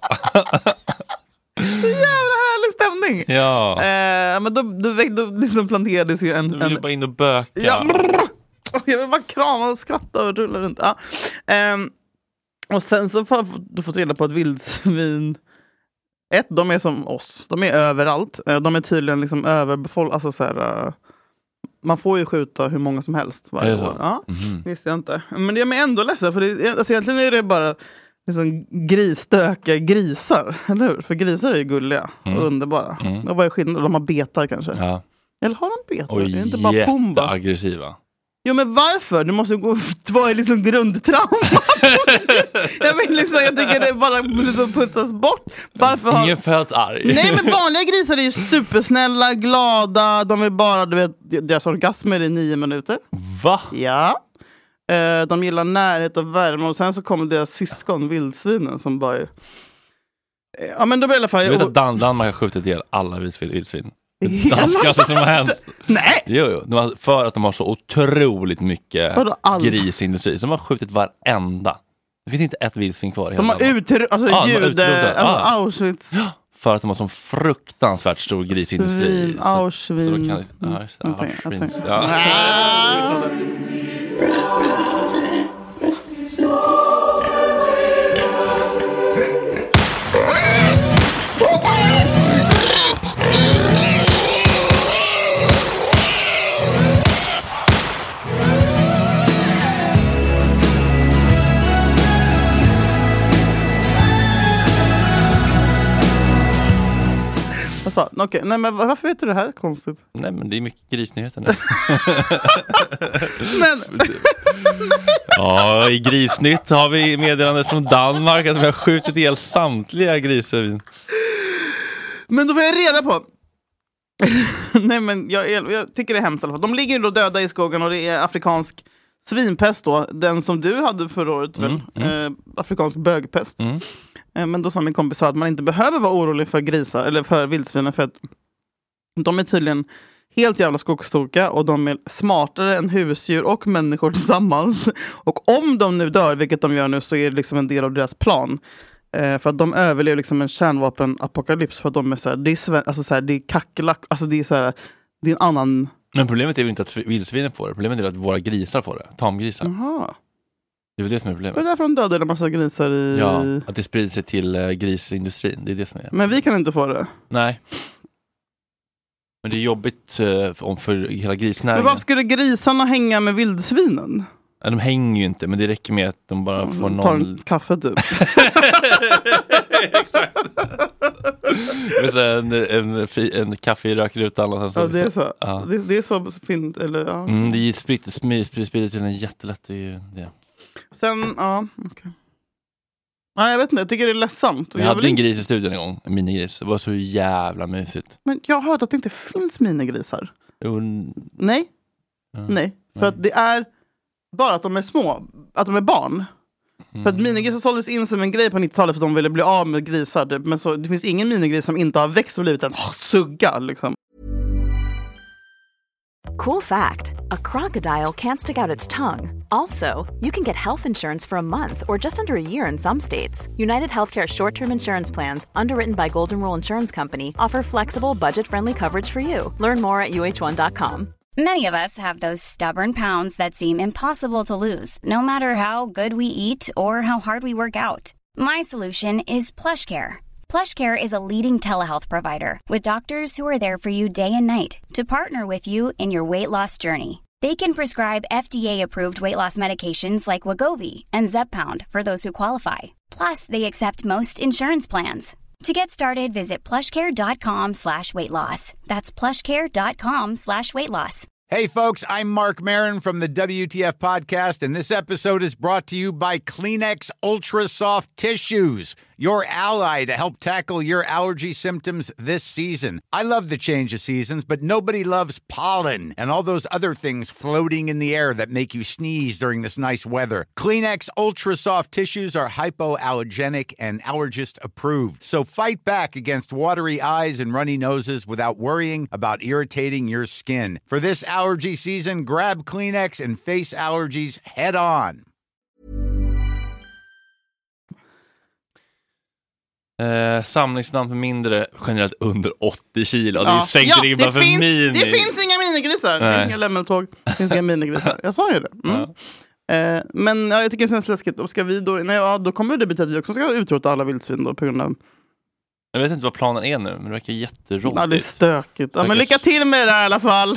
Så jävla härlig stämning. Ja. Uh, men då, då, då liksom planterades ju en... Du vill en... bara in och böka. Ja. Jag vill bara krama och skratta och rulla runt. Ja. Um, och sen så får du fått reda på att vildsvin... Ett, de är som oss. De är överallt. Uh, de är tydligen liksom överbefolkade. Alltså så här, uh, man får ju skjuta hur många som helst varje år. Ja, mm-hmm. Visste jag inte. Men det gör mig ändå ledsen. För det, alltså egentligen är det bara liksom grisstöka grisar. Eller hur? För grisar är ju gulliga och mm. underbara. Mm. Och vad är skillnaden? De har betar kanske. Ja. Eller har de betar? Och det är inte bara Pumba. Jätteaggressiva. Jo, men varför? Du måste gå... Vad är liksom grundtrauma? jag vill liksom, jag tycker det bara liksom puttas bort. Varför har... Ingen född arg. Nej, men vanliga grisar är ju supersnälla, glada. De är bara, du vet, deras orgasmer i nio minuter. Va? Ja. Uh, de gillar närhet och värme. Och sen så kommer deras syskon, vildsvinen, som bara är... Ja, men då blir i alla fall... Du vet att Dan- Danmark har skjutit ihjäl alla vildsvin. Det danskaste som har hänt. Nej. Jo, jo. De har, för att de har så otroligt mycket grisindustri. Så de har skjutit varenda. Det finns inte ett vildsvin kvar i hela De har utrot, alltså ja, jude, alltså ah. Auschwitz. För att de har sån fruktansvärt stor grisindustri. Svin, så, Auschwitz. Så kan, ja, mm. Auschwitz. Ja. Okej, okay. Nej, men varför vet du det här? Konstigt. Nej, men det är mycket grisnyheter nu. men... ja, i Grisnytt har vi meddelandet från Danmark att vi har skjutit ihjäl samtliga grisar. Men då får jag reda på. Nej, men jag, jag tycker det är hemskt i alla fall. De ligger ju då döda i skogen och det är afrikansk svinpest då. Den som du hade förra året, mm, väl? Mm. Eh, afrikansk bögpest. Mm. Men då sa min kompis att man inte behöver vara orolig för grisar eller för vildsvinen för att de är tydligen helt jävla skogstoka och de är smartare än husdjur och människor tillsammans. Och om de nu dör, vilket de gör nu, så är det liksom en del av deras plan. Eh, för att de överlever liksom en kärnvapenapokalyps för att de är så här, det är, sve- alltså så här, det är kackerlack, alltså det är så här, det är en annan... Men problemet är väl inte att vildsvinen får det, problemet är att våra grisar får det, tamgrisar. Jaha. Det är det som är problemet. Det är därför de dödade en massa grisar i... Ja, att det sprider sig till uh, grisindustrin. Det är det som är. Men vi kan inte få det. Nej. Men det är jobbigt uh, om för hela grisnäringen. Men varför skulle grisarna hänga med vildsvinen? Ja, de hänger ju inte, men det räcker med att de bara får de någon... tar en kaffe typ. Exakt. en, en, en kaffe i rökrutan. Och sen så ja, det är så. Ja. Det, det är så fint. Eller, ja. mm, det är spritt, spritt, spritt till en jättelätt. Det är ju det. Sen, ja, okej. Okay. Nej, jag vet inte, jag tycker det är ledsamt. Vi hade en gris i studion en gång, en minigris. Det var så jävla mysigt. Men jag hörde att det inte finns minigrisar. Jo. Nej. Ja. Nej, för Nej. att det är bara att de är små, att de är barn. Mm. För att minigrisar såldes in som en grej på nittiotalet för att de ville bli av med grisar. Men så, det finns ingen minigris som inte har växt och blivit en oh, sugga liksom. Cool fact, a crocodile can't stick out its tongue. Also, you can get health insurance for a month or just under a year in some states. United Healthcare short-term insurance plans, underwritten by Golden Rule Insurance Company, offer flexible, budget-friendly coverage for you. Learn more at U H one dot com. Many of us have those stubborn pounds that seem impossible to lose, no matter how good we eat or how hard we work out. My solution is PlushCare. PlushCare is a leading telehealth provider with doctors who are there for you day and night to partner with you in your weight loss journey. They can prescribe F D A-approved weight loss medications like Wegovy and Zepbound for those who qualify. Plus, they accept most insurance plans. To get started, visit plushcare.com slash weight loss. That's plushcare.com slash weight loss. Hey, folks, I'm Mark Maron from the W T F Podcast, and this episode is brought to you by Kleenex Ultra Soft Tissues, your ally to help tackle your allergy symptoms this season. I love the change of seasons, but nobody loves pollen and all those other things floating in the air that make you sneeze during this nice weather. Kleenex Ultra Soft Tissues are hypoallergenic and allergist approved, so fight back against watery eyes and runny noses without worrying about irritating your skin. For this allergy season, grab Kleenex and face allergies head on. Eh, samlingsnamn för mindre, generellt under åttio kilo. Det är Ja. ju sänkt Ja, ribban det för finns- mini. det finns inga minigrisar. Det Nej. finns inga lemmeltåg. Det finns inga minigrisar. Jag sa ju det. Mm. Eh, men ja, jag tycker det känns läskigt. Och ska vi då, nej, ja, då kommer det betyda att vi också ska utrota alla vildsvin då, på grund av... Jag vet inte vad planen är nu, men det verkar jätteroligt. Ja, det är stökigt. Ja, men Verkar lycka till med det där i alla fall.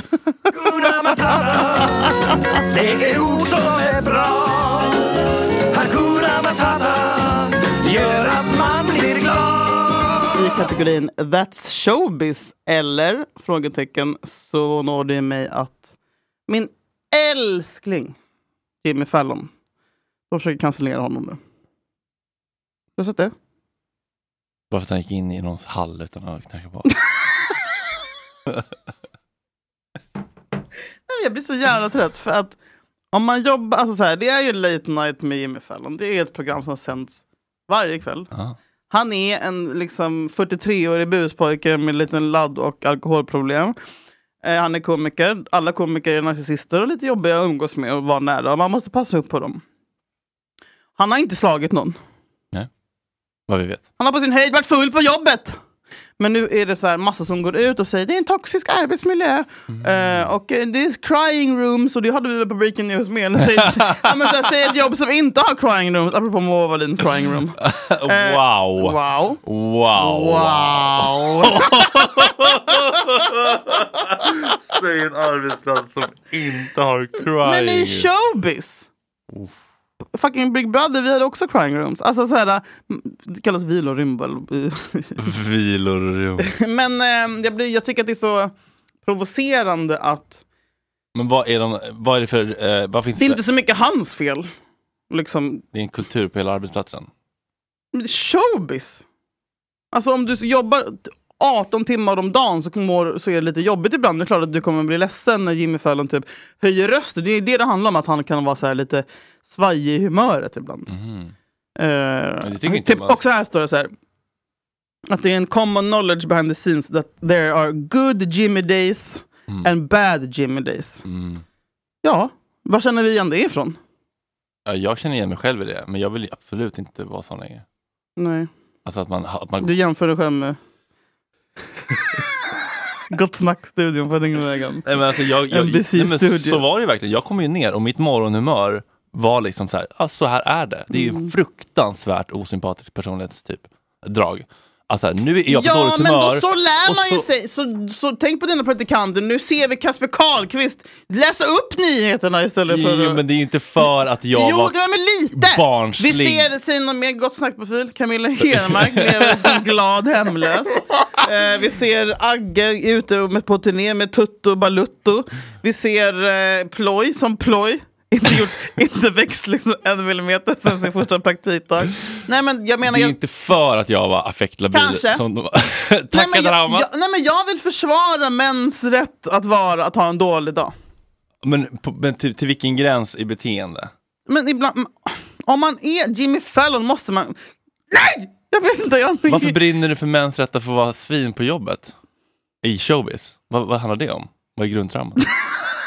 Det är ord som är bra. Hakuna Matata gör att man blir glad. I kategorin That's Showbiz eller frågetecken så når det mig att min älskling Jimmy Fallon, de försöker cancellera honom nu. Du har sett det? Bara för att han gick in i någons hall utan att knacka på. Nej, jag blir så jävla trött för att om man jobbar, alltså så här, det är ju Late Night med Jimmy Fallon. Det är ett program som sänds varje kväll. Ja. Han är en liksom fyrtiotre-årig buspojke med en liten ladd och alkoholproblem. Eh, han är komiker. Alla komiker är narcissister och lite jobbiga att umgås med och vara nära. Och man måste passa upp på dem. Han har inte slagit någon. Nej, vad vi vet. Han har på sin höjd varit full på jobbet. Men nu är det så här massa som går ut och säger det är en toxisk arbetsmiljö. Mm. Uh, och uh, det är crying rooms. Och det hade vi väl på Breaking News med. Eller säg, ja, men så här, säg ett jobb som inte har crying rooms. Apropå Moa Wallin crying room. Uh, wow. Wow. Wow. Wow. Säg en arbetsplats som inte har crying. Men i showbiz. Uff. Fucking Big Brother, vi hade också crying rooms. Alltså så här, det kallas vilorym väl. Vilorym. Men eh, jag, blir, jag tycker att det är så provocerande att Men vad är de, vad är det för, eh, vad finns det är det? inte så mycket hans fel. Liksom. Det är en kultur på hela arbetsplatsen. Showbiz. Alltså om du jobbar arton timmar om dagen så, kommer, så är det lite jobbigt ibland. Det är klart att du kommer bli ledsen när Jimmy Fallon typ höjer rösten. Det är det det handlar om, att han kan vara så här lite svajig i humöret ibland. Mm. Uh, inte typ, man... också här står det så här att det är en common knowledge behind the scenes that there are good Jimmy days mm. and bad Jimmy days. Mm. Ja, var känner vi igen det ifrån? Ja, jag känner igen mig själv i det, men jag vill absolut inte vara sån längre. Nej. Alltså att man, att man... Du jämför dig själv med Gott snack-studion på Ringvägen. Nej, men alltså jag, jag, nej, men så var det ju verkligen. Jag kom ju ner och mitt morgonhumör var liksom så här, ah, så här är det. Det är ju Mm. fruktansvärt osympatisk personlighetstyp drag. Alltså nu är jag på ja, dåligt humör. Ja, men då så lär man så... ju sig. Så, så tänk på dina praktikanter. Nu ser vi Kasper Karlqvist läsa upp nyheterna istället för... Jo, men det är ju inte för att jag jo, var det var lite. barnslig. Vi ser sina med Gott snack-profil. Camilla Henemark lever en glad hemlös. Eh, vi ser Agge ute med, på turné med Tutto Balutto. Vi ser eh, Ploj som Ploj. Inte, gjort, inte växt liksom en millimeter sen sin första praktikdag. Nej, men jag menar... Det är jag... inte för att jag var affektlabil. Kanske. Som... nej, Tack men jag, jag, jag, nej men jag vill försvara mäns rätt att vara, att ha en dålig dag. Men, på, men till, till vilken gräns i beteende? Men ibland, om man är Jimmy Fallon måste man... Nej! Jag vet inte. Jag... Varför brinner du för mäns rätt att få vara svin på jobbet? I showbiz? Vad, vad handlar det om? Vad är grundtrauman?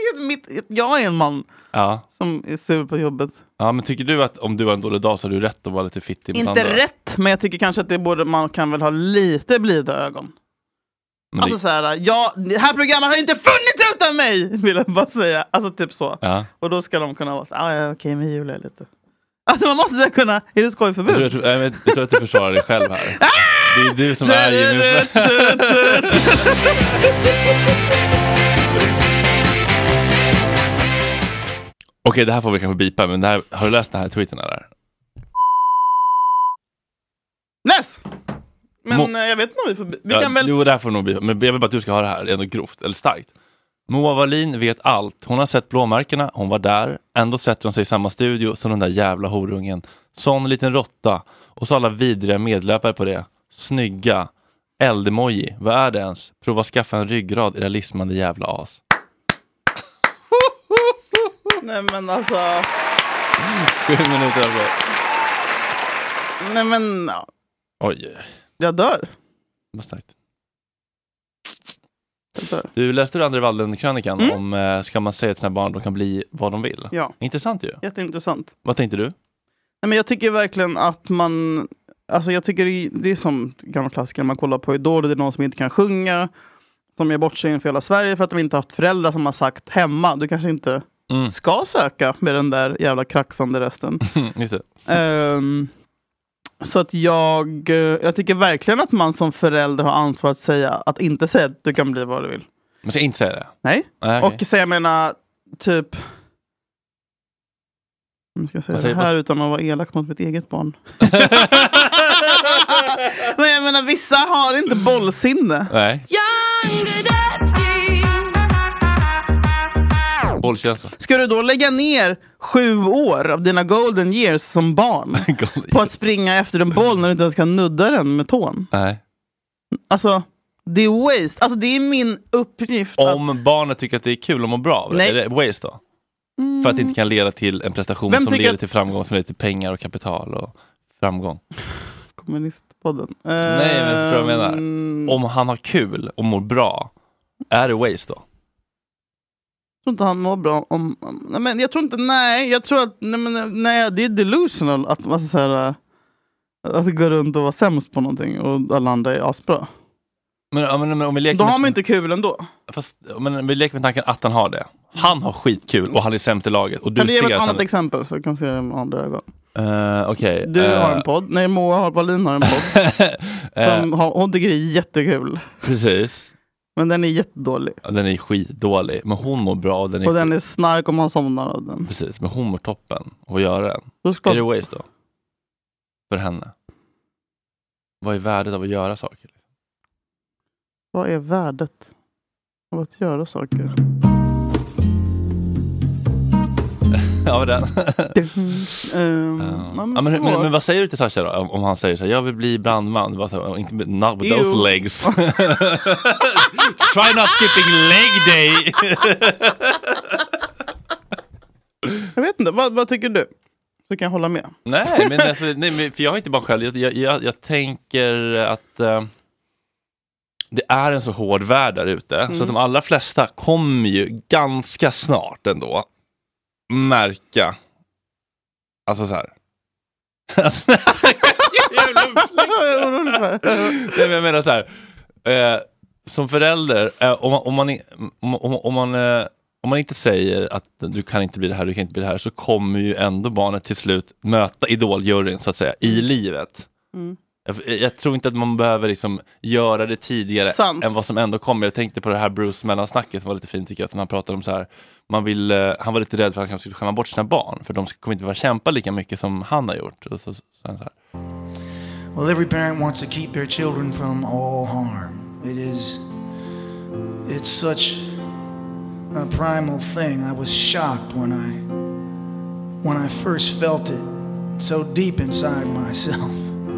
tycker mitt, jag är en man ja. som är sur på jobbet. Ja, men tycker du att om du har en dålig dag så har du rätt att vara lite fittig mot Inte andra? rätt, men jag tycker kanske att det borde, man kan väl ha lite blida ögon. Men alltså det... så här, ja, det här programmet har inte funnits utan mig, vill jag bara säga. Alltså typ så. Ja. Och då ska de kunna vara så ah, ja, okej, men Julia är lite. Alltså man måste väl kunna, är det skojförbud? Jag tror, jag, tror, jag tror att du försvarar dig själv här. Det är du som är Jimmy. Okej, det här får vi kanske bipa, men det här, har du läst den här tweeten där? Läs! Men Mo- jag vet nog, vi, får, vi ja, kan väl... Jo, det här får nog bipa, men jag vill bara att du ska ha det här, det är ändå grovt, eller starkt. Moa Wallin vet allt. Hon har sett blåmärkena, hon var där. Ändå sätter hon sig i samma studio som den där jävla horungen. Sån liten råtta. Och så alla vidriga medlöpare på det. Snygga. Eldemoji. Vad är det ens? Prova skaffa en ryggrad i det lismande jävla as. Nej men alltså... Sju minuter alltså. Nej men... Ja. Oj. Jag dör. Vad starkt. Du läste du André Walden-krönikan mm. om eh, ska man säga till sina barn att de kan bli vad de vill? Ja. Intressant ju. Jätteintressant. Vad tänkte du? Nej, men jag tycker verkligen att man... Alltså jag tycker det, det är som gamla klassiker. Man kollar på Idol, det är någon som inte kan sjunga. Som gör bort sig inför hela Sverige för att de inte haft föräldrar som har sagt hemma. Du kanske inte mm. ska söka med den där jävla kraxande rösten. Just det. Um, Så att jag, jag tycker verkligen att man som förälder har ansvar att säga, att inte säga att du kan bli vad du vill. Man ska inte säga det? Nej. Ah, okay. Och säga, jag menar, typ... Jag ska säga det här vad... utan att vara elak mot mitt eget barn. Men jag menar, vissa har inte bollsinne. Nej. Bollkänsla. Ska du då lägga ner sju år av dina golden years som barn på att springa efter en boll när du inte ens kan nudda den med tån? Nej. Alltså, det är waste. Alltså det är min uppgift. Om att... barnet tycker att det är kul och mår bra, Nej. är det waste då? Mm. För att det inte kan leda till en prestation Vem som leder att... till framgång, som leder till pengar och kapital och framgång. Kommunistpodden. Nej, men förstår vad jag menar. Om han har kul och mår bra, är det waste då? Jag tror inte han mår bra om... Nej, men jag tror inte... Nej, jag tror att... Nej, men, nej det är delusional att man så här, att gå runt och vara sämst på någonting och alla andra är asbra. Men, men, men om vi leker då med, har man inte kul ändå. Fast men, vi leker med tanken att han har det. Han har skitkul och han är sämst i laget. Och du kan du ge ser ett annat han... exempel så kan se det med andra ögon. Uh, okay. Du uh... har en podd. Nej, Moa Wallin har en podd. som har, hon tycker det är jättekul. Precis. Men den är jättedålig. Ja, den är skitdålig. Men hon mår bra. Och den är, och den är snark om man somnar av den. Precis, men hon mår toppen. Och vad gör den? Då ska... Är det waste då? För henne? Vad är värdet av att göra saker? Vad är värdet av att göra saker? Ja, den. um, uh. ja, men, men, men vad säger du till Sasha då? Om, om han säger så här, jag vill bli brandman. Bara så här, inte med, not with those legs. Try not skipping leg day. Jag vet inte, vad, vad tycker du? Så kan jag hålla med. Nej, men alltså, nej, för jag har inte bara själv. Jag, jag, jag, jag tänker att uh, det är en så hård värld där ute. Mm. Så att de allra flesta kommer ju ganska snart ändå märka, alltså så här. Nej, men jag menar så här, eh, som förälder, eh, om man om man, om, om, om man eh, om man inte säger att du kan inte bli det här, du kan inte bli det här, så kommer ju ändå barnet till slut möta idoljuryn så att säga i livet. Mm. Jag, jag tror inte att man behöver liksom göra det tidigare Sant. än vad som ändå kommer. Jag tänkte på det här Bruce mellansnacket som var lite fint tycker jag, när han pratade om så här, man vill, uh, han var lite rädd för att han skulle skämma bort sina barn, för de kommer inte vara kämpa lika mycket som han har gjort. Och så, så, så här. Well, every parent wants to keep their children from all harm. It is, it's such a primal thing. I was shocked when I, when I first felt it so deep inside myself.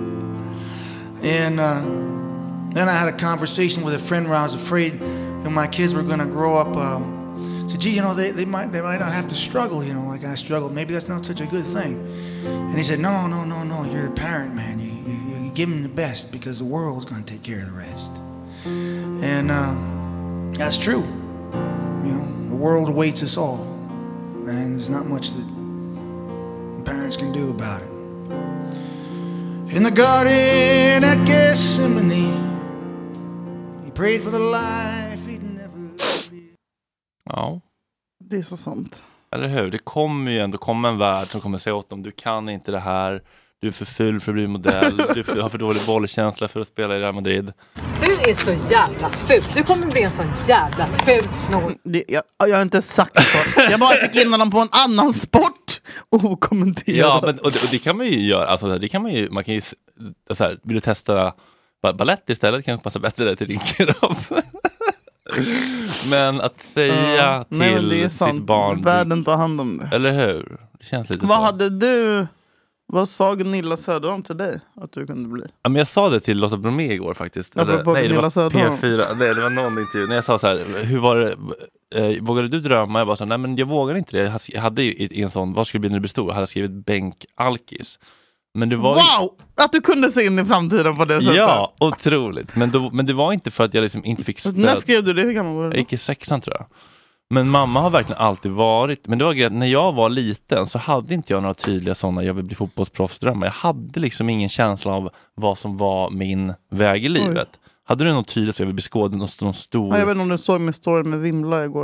And uh, then I had a conversation with a friend where I was afraid that my kids were going to grow up. Um, said, gee, you know, they, they might they might not have to struggle, you know, like I struggled. Maybe that's not such a good thing. And he said, no, no, no, no. You're the parent, man. You, you, you give them the best because the world's going to take care of the rest. And uh, that's true. You know, the world awaits us all. And there's not much that parents can do about it. In the garden at Gethsemane, he prayed for the life he'd never lived. Ja. Det är så sant. Eller hur? Det kommer ju ändå komma en värld som kommer säga åt dem, du kan inte det här, du är för ful för att bli modell, du har för dålig bollkänsla för att spela i Real Madrid. Du är så jävla ful. Du kommer bli en sån jävla ful snor. Det, jag, jag har inte sagt så. Jag bara fick in honom på en annan sport och kommentera. Ja, men, och, det, och det kan man ju göra. Alltså, det kan man ju, man kan ju så här, vill du testa ba- ballett istället, kan passa bättre till din kropp. Men att säga ja, till nej, men det är sitt sant. barn, världen tar hand om det. Eller hur? Det känns lite Vad så. hade du, vad sa Gunilla Söderholm till dig att du kunde bli? Ja, men jag sa det till Lotta Bromé igår faktiskt. Ja, Eller, på nej, det Gunilla var Söderholm. P fyra. Nej, det var någon intervju. När jag sa så här, hur var det, eh, vågade du drömma? Jag bara så här, nej men jag vågar inte det. Jag hade ju i en sån, vad skulle det bli när du blir stor? Jag hade skrivit bänk alkis. Men det var wow! Ju... Att du kunde se in i framtiden på det sättet. Ja, otroligt. Men, då, men det var inte för att jag liksom inte fick stöd. När skrev du det? Hur gammal var du? Jag gick i sexan tror jag. Men mamma har verkligen alltid varit, men det var grejen, när jag var liten så hade inte jag några tydliga sådana, jag vill bli fotbollsproffsdrömmar. Jag hade liksom ingen känsla av vad som var min väg i livet. Oj. Hade du något tydligt så jag vill bli skådad, någon, någon stor... Ja, jag vet inte om du såg min story med Vimla igår.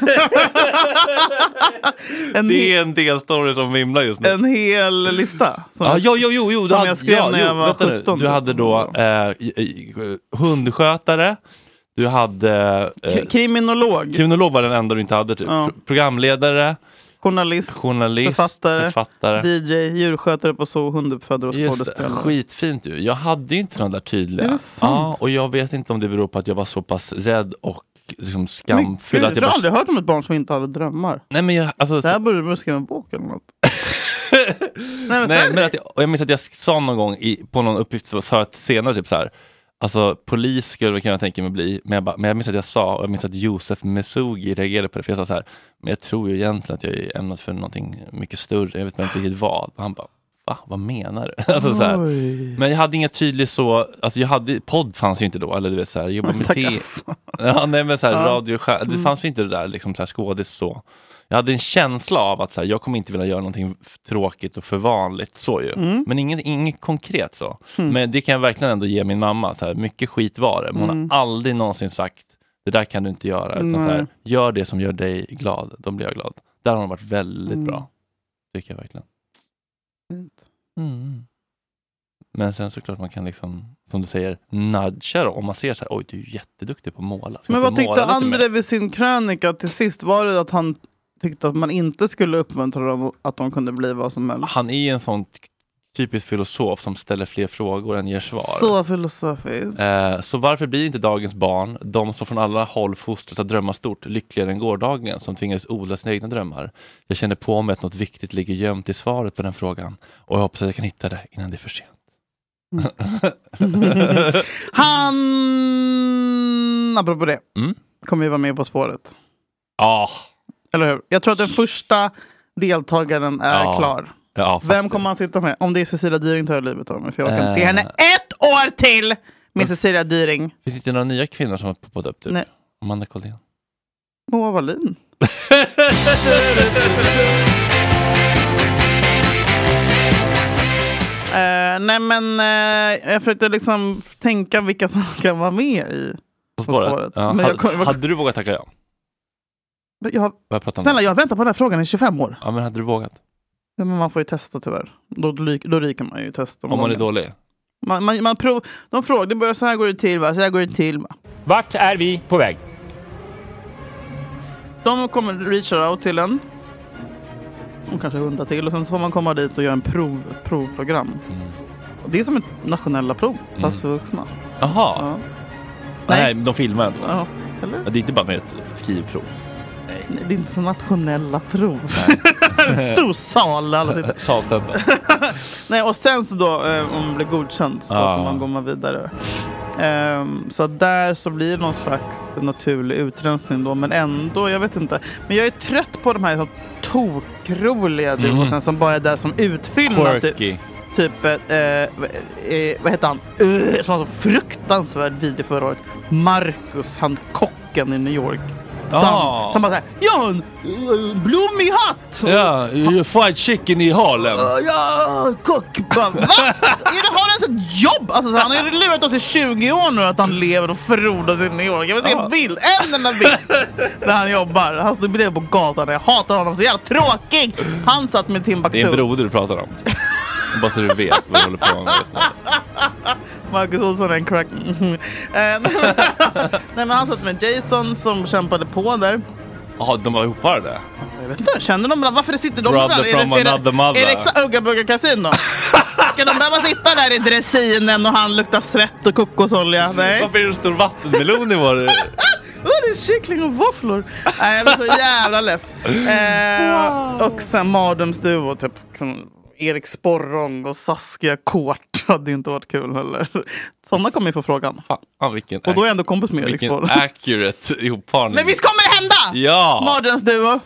en det är en del story som Vimla just nu. En hel lista. Som ah, jag, jo, jo, jo. Som hade, jag skrev ja, när jo, jag var sjutton. Du hade då eh, hundskötare. Du hade... Eh, kriminolog. Kriminolog var den enda du inte hade. Typ. Ja. Programledare. Journalist. Journalist. Författare. författare. D J. Djurskötare på så. Hunduppfödare och skådespelare. Skitfint ju. Jag hade ju inte sådana där tydliga. Är det sant? Ja, och jag vet inte om det beror på att jag var så pass rädd och liksom skamfull. Men, att jag har bara... aldrig hört om ett barn som inte hade drömmar. Nej, men jag... Alltså, det här borde du skriva en bok eller något. Nej, men, Nej, men att jag, jag minns att jag sa någon gång i, på någon uppgift så sa jag senare typ så här. Alltså polis skulle kan jag tänka mig bli, men jag, bara, men jag minns att jag sa, och jag minns att Josef Mesugi reagerade på det, för jag sa så här, men jag tror ju egentligen att jag är ämnad för någonting mycket större, jag vet inte riktigt vad. Och han bara, va? Vad menar du? Alltså, så här. Men jag hade inga tydligt så, alltså jag hade, podd fanns ju inte då, eller du vet så här, jobba med te. Ja, nej men så här, ja. radio, skär, det fanns ju inte det där liksom så här skådis så. Jag hade en känsla av att så här, jag kommer inte vilja göra någonting tråkigt och för vanligt så ju. Mm. Men inget, inget konkret så. Mm. Men det kan jag verkligen ändå ge min mamma. Så här, mycket skit var det. Men hon mm. har aldrig någonsin sagt, det där kan du inte göra. Utan så här, gör det som gör dig glad. Då blir jag glad. Där har hon varit väldigt mm. bra. Tycker jag verkligen. Mm. Men sen såklart man kan liksom, som du säger, nudga då. Om man ser så här, oj du är jätteduktig på att måla. Men vad tyckte André vid sin krönika till sist? Var det att han tyckte att man inte skulle uppmuntra dem att de kunde bli vad som helst? Han är en sån typisk filosof som ställer fler frågor än ger svar. Så filosofiskt. Eh, så varför blir inte dagens barn, de som från alla håll fostras att drömma stort, lyckligare än gårdagen, som tvingades odla sina egna drömmar? Jag känner på mig att något viktigt ligger gömt i svaret på den frågan. Och jag hoppas att jag kan hitta det innan det är för sent. Mm. Han, apropå det, mm? kommer ju vara med På spåret. Ja. Oh. Eller hur? Jag tror att den första deltagaren är ja. klar. Ja, vem kommer han sitta med? Om det är Cecilia Dyring tar jag livet av mig. För jag kan uh. se henne ett år till med Cecilia Dyring. Finns det inte några nya kvinnor som har poppat upp? Typ? Nej. Amanda Koldén. Moa Wallin. Uh, nej men uh, jag försökte liksom tänka vilka som kan vara med i På spåret. På spåret. Ja. Men jag, hade, jag, hade du vågat tacka ja? Jag, snälla, jag väntar på den här frågan i tjugofem år. Ja, men hade du vågat? Ja, men man får ju testa tyvärr. Då, då ryker man ju testa. Om man är dålig? Man, man, man prov, de frågar, det börjar så här går det till va? Så här går det till va? Vart är vi på väg? De kommer reacha out till en. Och kanske hundra till. Och sen så får man komma dit och göra en prov, provprogram. Mm. Och det är som ett nationella prov. Fast för vuxna. Jaha. Ja. Nej. Nej, de filmar ändå. Ja, eller? Ja, det är inte bara med ett skrivprov. Nej. Nej, det är inte så nationella prov. En stor sal. Alla Salstämda. Nej, och sen så då, eh, om det blir godkänt så ah. får man gå vidare. Um, så där så blir det någon slags naturlig utrensning då. Men ändå, jag vet inte. Men jag är trött på de här så tokroliga mm. du och sen som bara är där som utfyllnad. Quirky. Typ, eh, eh, vad heter han? Uh, som var så fruktansvärt vidrig förra året. Marcus, han kocken i New York. gatan. Ah. Som bara såhär, jag har en uh, blommig hatt. Ja, fried chicken i Harlem. Uh, ja, kock. Bara, va? Är det, har han ens ett jobb? Alltså, så han har ju lurat oss i tjugo år nu att han lever och frodas i New York. Jag vill se en bild, en enda bild där han jobbar. Han stod bredvid på gatan. Jag hatar honom, så jävla tråkig. Han satt med Timbuktu. Det är en broder du pratar om. Bara så du vet vad du håller på med. Marcus Olsson är en crack. Nej, men han satt med Jason som kämpade på där. Ja, de var ihopparade. Jag vet inte, känner de varför det sitter de Brother är from det, är det, another mother. Är det exakt Ugga Bugga Casino? Ska de behöva sitta där i dressinen och han luktar svett och kokosolja? Nej. Varför är det stor vattenmelon i vår... Åh, oh, det är kyckling och våfflor. Nej, jag blir så jävla less. Eh, och sen Mardrömsduo, typ Erik Sporrong och Saskia Kort hade inte varit kul heller. Sådana kommer ju få frågan. Fan, vilken och då är jag ändå kompis med Erik vilken Sporrong. accurate ihopparning. Men visst kommer det hända! Ja! Mardrömsduo.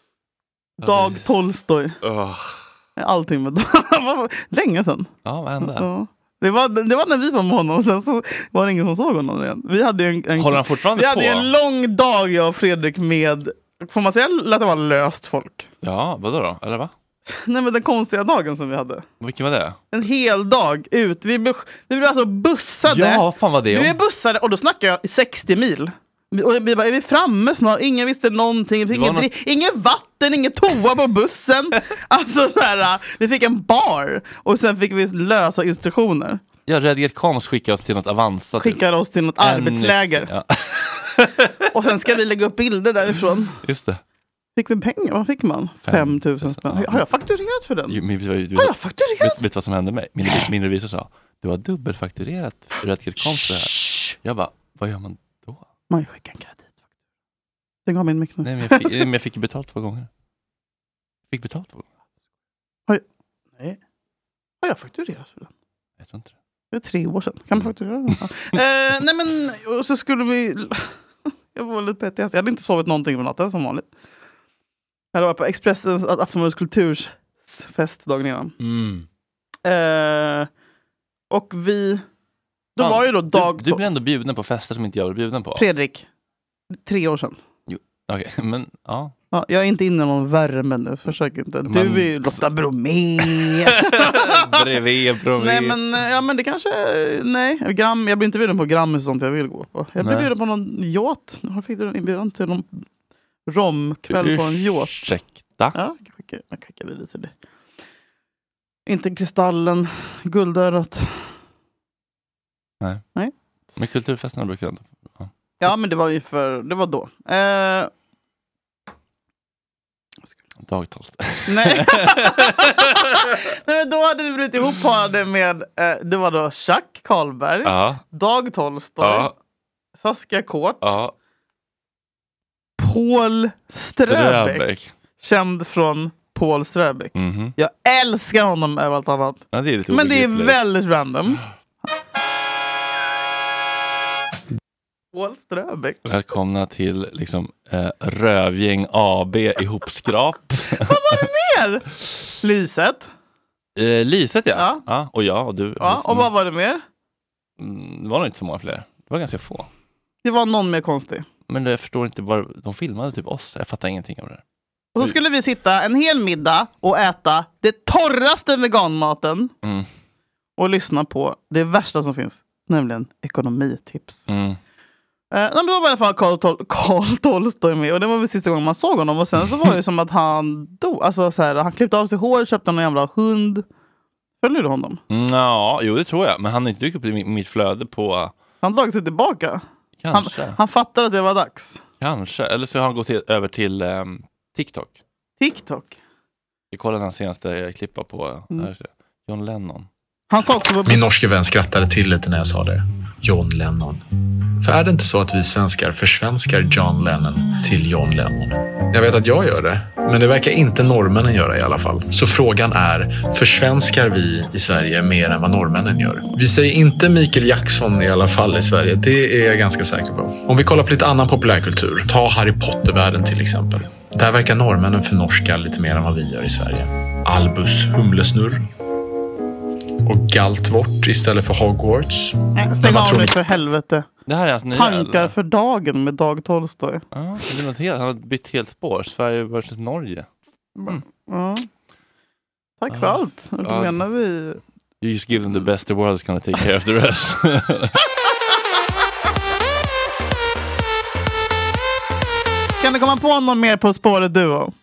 Dag Tolstoj. Oh. Allting med länge sedan. Ja, vad hände? Ja. Det var, det var när vi var med honom. Sen så var det ingen som såg honom igen. Vi hade en, en, Håller han fortfarande vi hade på? en lång dag, jag och Fredrik, med... Får man säga att det var löst folk? Ja, vadå då? Eller va? Nej, men den konstiga dagen som vi hade. Vilken var det? En hel dag ut. Vi blev, vi blev alltså bussade. Ja, fan vad det är. Vi blev bussade och då snackar jag i sextio mil. Och vi bara, är vi framme snart? Ingen visste någonting. Ingen, något... ingen vatten, ingen toa på bussen. Alltså så här, vi fick en bar. Och sen fick vi lösa instruktioner. Ja, Redgert Koms skickade oss till något Avanza. Skickade oss till något en... arbetsläger. Ja. Och sen ska vi lägga upp bilder därifrån. Just det. Fick vi pengar? Vad fick man? fem tusen spänn. Har jag fakturerat för den? Jo, men, du, du, har jag fakturerat? Vet du vad som hände mig? Min, min revisor sa, du har dubbelfakturerat Redgert Koms det här. Jag bara, vad gör man då? Man skickar en kredit. Den gav min mick nu. Nej, men jag fick, men jag fick betalt två gånger. Jag fick betalt två gånger. Har jag, nej. Har jag fakturerat för den? Jag tror inte det. Det är tre år sedan. Kan man fakturera den? eh, nej men, och så skulle vi... jag var lite P T S. Jag hade inte sovit någonting på natten som vanligt. Jag var på Expressens Aftonbladets kultursfest dagen innan. Mm. Eh, och vi... Då ja, var ju då dag... Du, du blir ändå bjuden på fester som inte jag var bjuden på. Fredrik. Tre år sedan. Okej, okay, men ja. ja. Jag är inte inne i någon värme nu, försök inte. Man... Du är ju Lotta Bromé. Bredvid Bromé. Nej men, ja men det kanske, nej. Gram, jag blir inte bjuden på Grammis och sånt jag vill gå på. Jag blir bjuden på någon yacht. Jag fick du en inbjudan till någon romkväll på en yacht. Ursäkta? Ja, jag skickar, jag skickar vidare till dig. Inte Kristallen, Guldörat. Nej. Nej. Men kulturfesterna brukar ändå... Ja. Ja, men det var ju för... Det var då. Eh... Dag Tolstoj. Nej. Nej, men då hade vi blivit ihopparade med... Eh, det var då Chuck Karlberg. Ja. Dag Tolstoj. Ja. Saskia Kort. Ja. Paul Ströbeck. Ströbeck. Känd från Paul Ströbeck. Mm-hmm. Jag älskar honom över allt annat. Ja, det är lite men det är väldigt random. Paul Ströbeck. Välkomna till liksom eh, Rövgäng A B ihopskrap. Vad var det mer? Lyset. Eh, Lyset ja. Ja. ja. Och jag och du. Ja, och vad var det mer? Mm, det var nog inte så många fler. Det var ganska få. Det var någon mer konstig. Men jag förstår inte var de filmade typ oss. Jag fattar ingenting av det. Och så skulle vi sitta en hel middag och äta det torraste veganmaten. Mm. Och lyssna på det värsta som finns. Nämligen ekonomitips. Mm. Eh, men då var i alla fall Carl, Tol- Carl Tolstoj med. Och det var väl sista gången man såg honom. Och sen så var det som att han dog. Alltså så här, han klippte av sig hår, köpte en jävla hund. Följer du honom? Mm, ja, jo det tror jag. Men han har inte dykt upp i mitt flöde på... Han dragit sig tillbaka. Kanske. Han, han fattade att det var dags. Kanske. Eller så har han gått till, över till um, TikTok. TikTok? Jag kollade den senaste klippa på mm. här, John Lennon. Han sa också... Min norske vän skrattade till lite när jag sa det. John Lennon. För är det inte så att vi svenskar försvenskar John Lennon till John Lennon? Jag vet att jag gör det, men det verkar inte norrmännen göra i alla fall. Så frågan är, försvenskar vi i Sverige mer än vad norrmännen gör? Vi säger inte Michael Jackson i alla fall i Sverige, det är jag ganska säker på. Om vi kollar på lite annan populärkultur, ta Harry Potter-världen till exempel. Där verkar norrmännen förnorska lite mer än vad vi gör i Sverige. Albus Humlesnurr. Och Galtvort istället för Hogwarts. Nej, stäng av mig för helvete. Det här är hans nya, Tankar eller? för dagen med Dag Tolstoy. Ja, det är något helt, han har bytt helt spår. Sverige versus Norge. Mm. Ja. Tack för allt. Då Ja. menar vi... You just give them the best the world's gonna take care of the rest. Kan du komma på någon mer På spåret duo?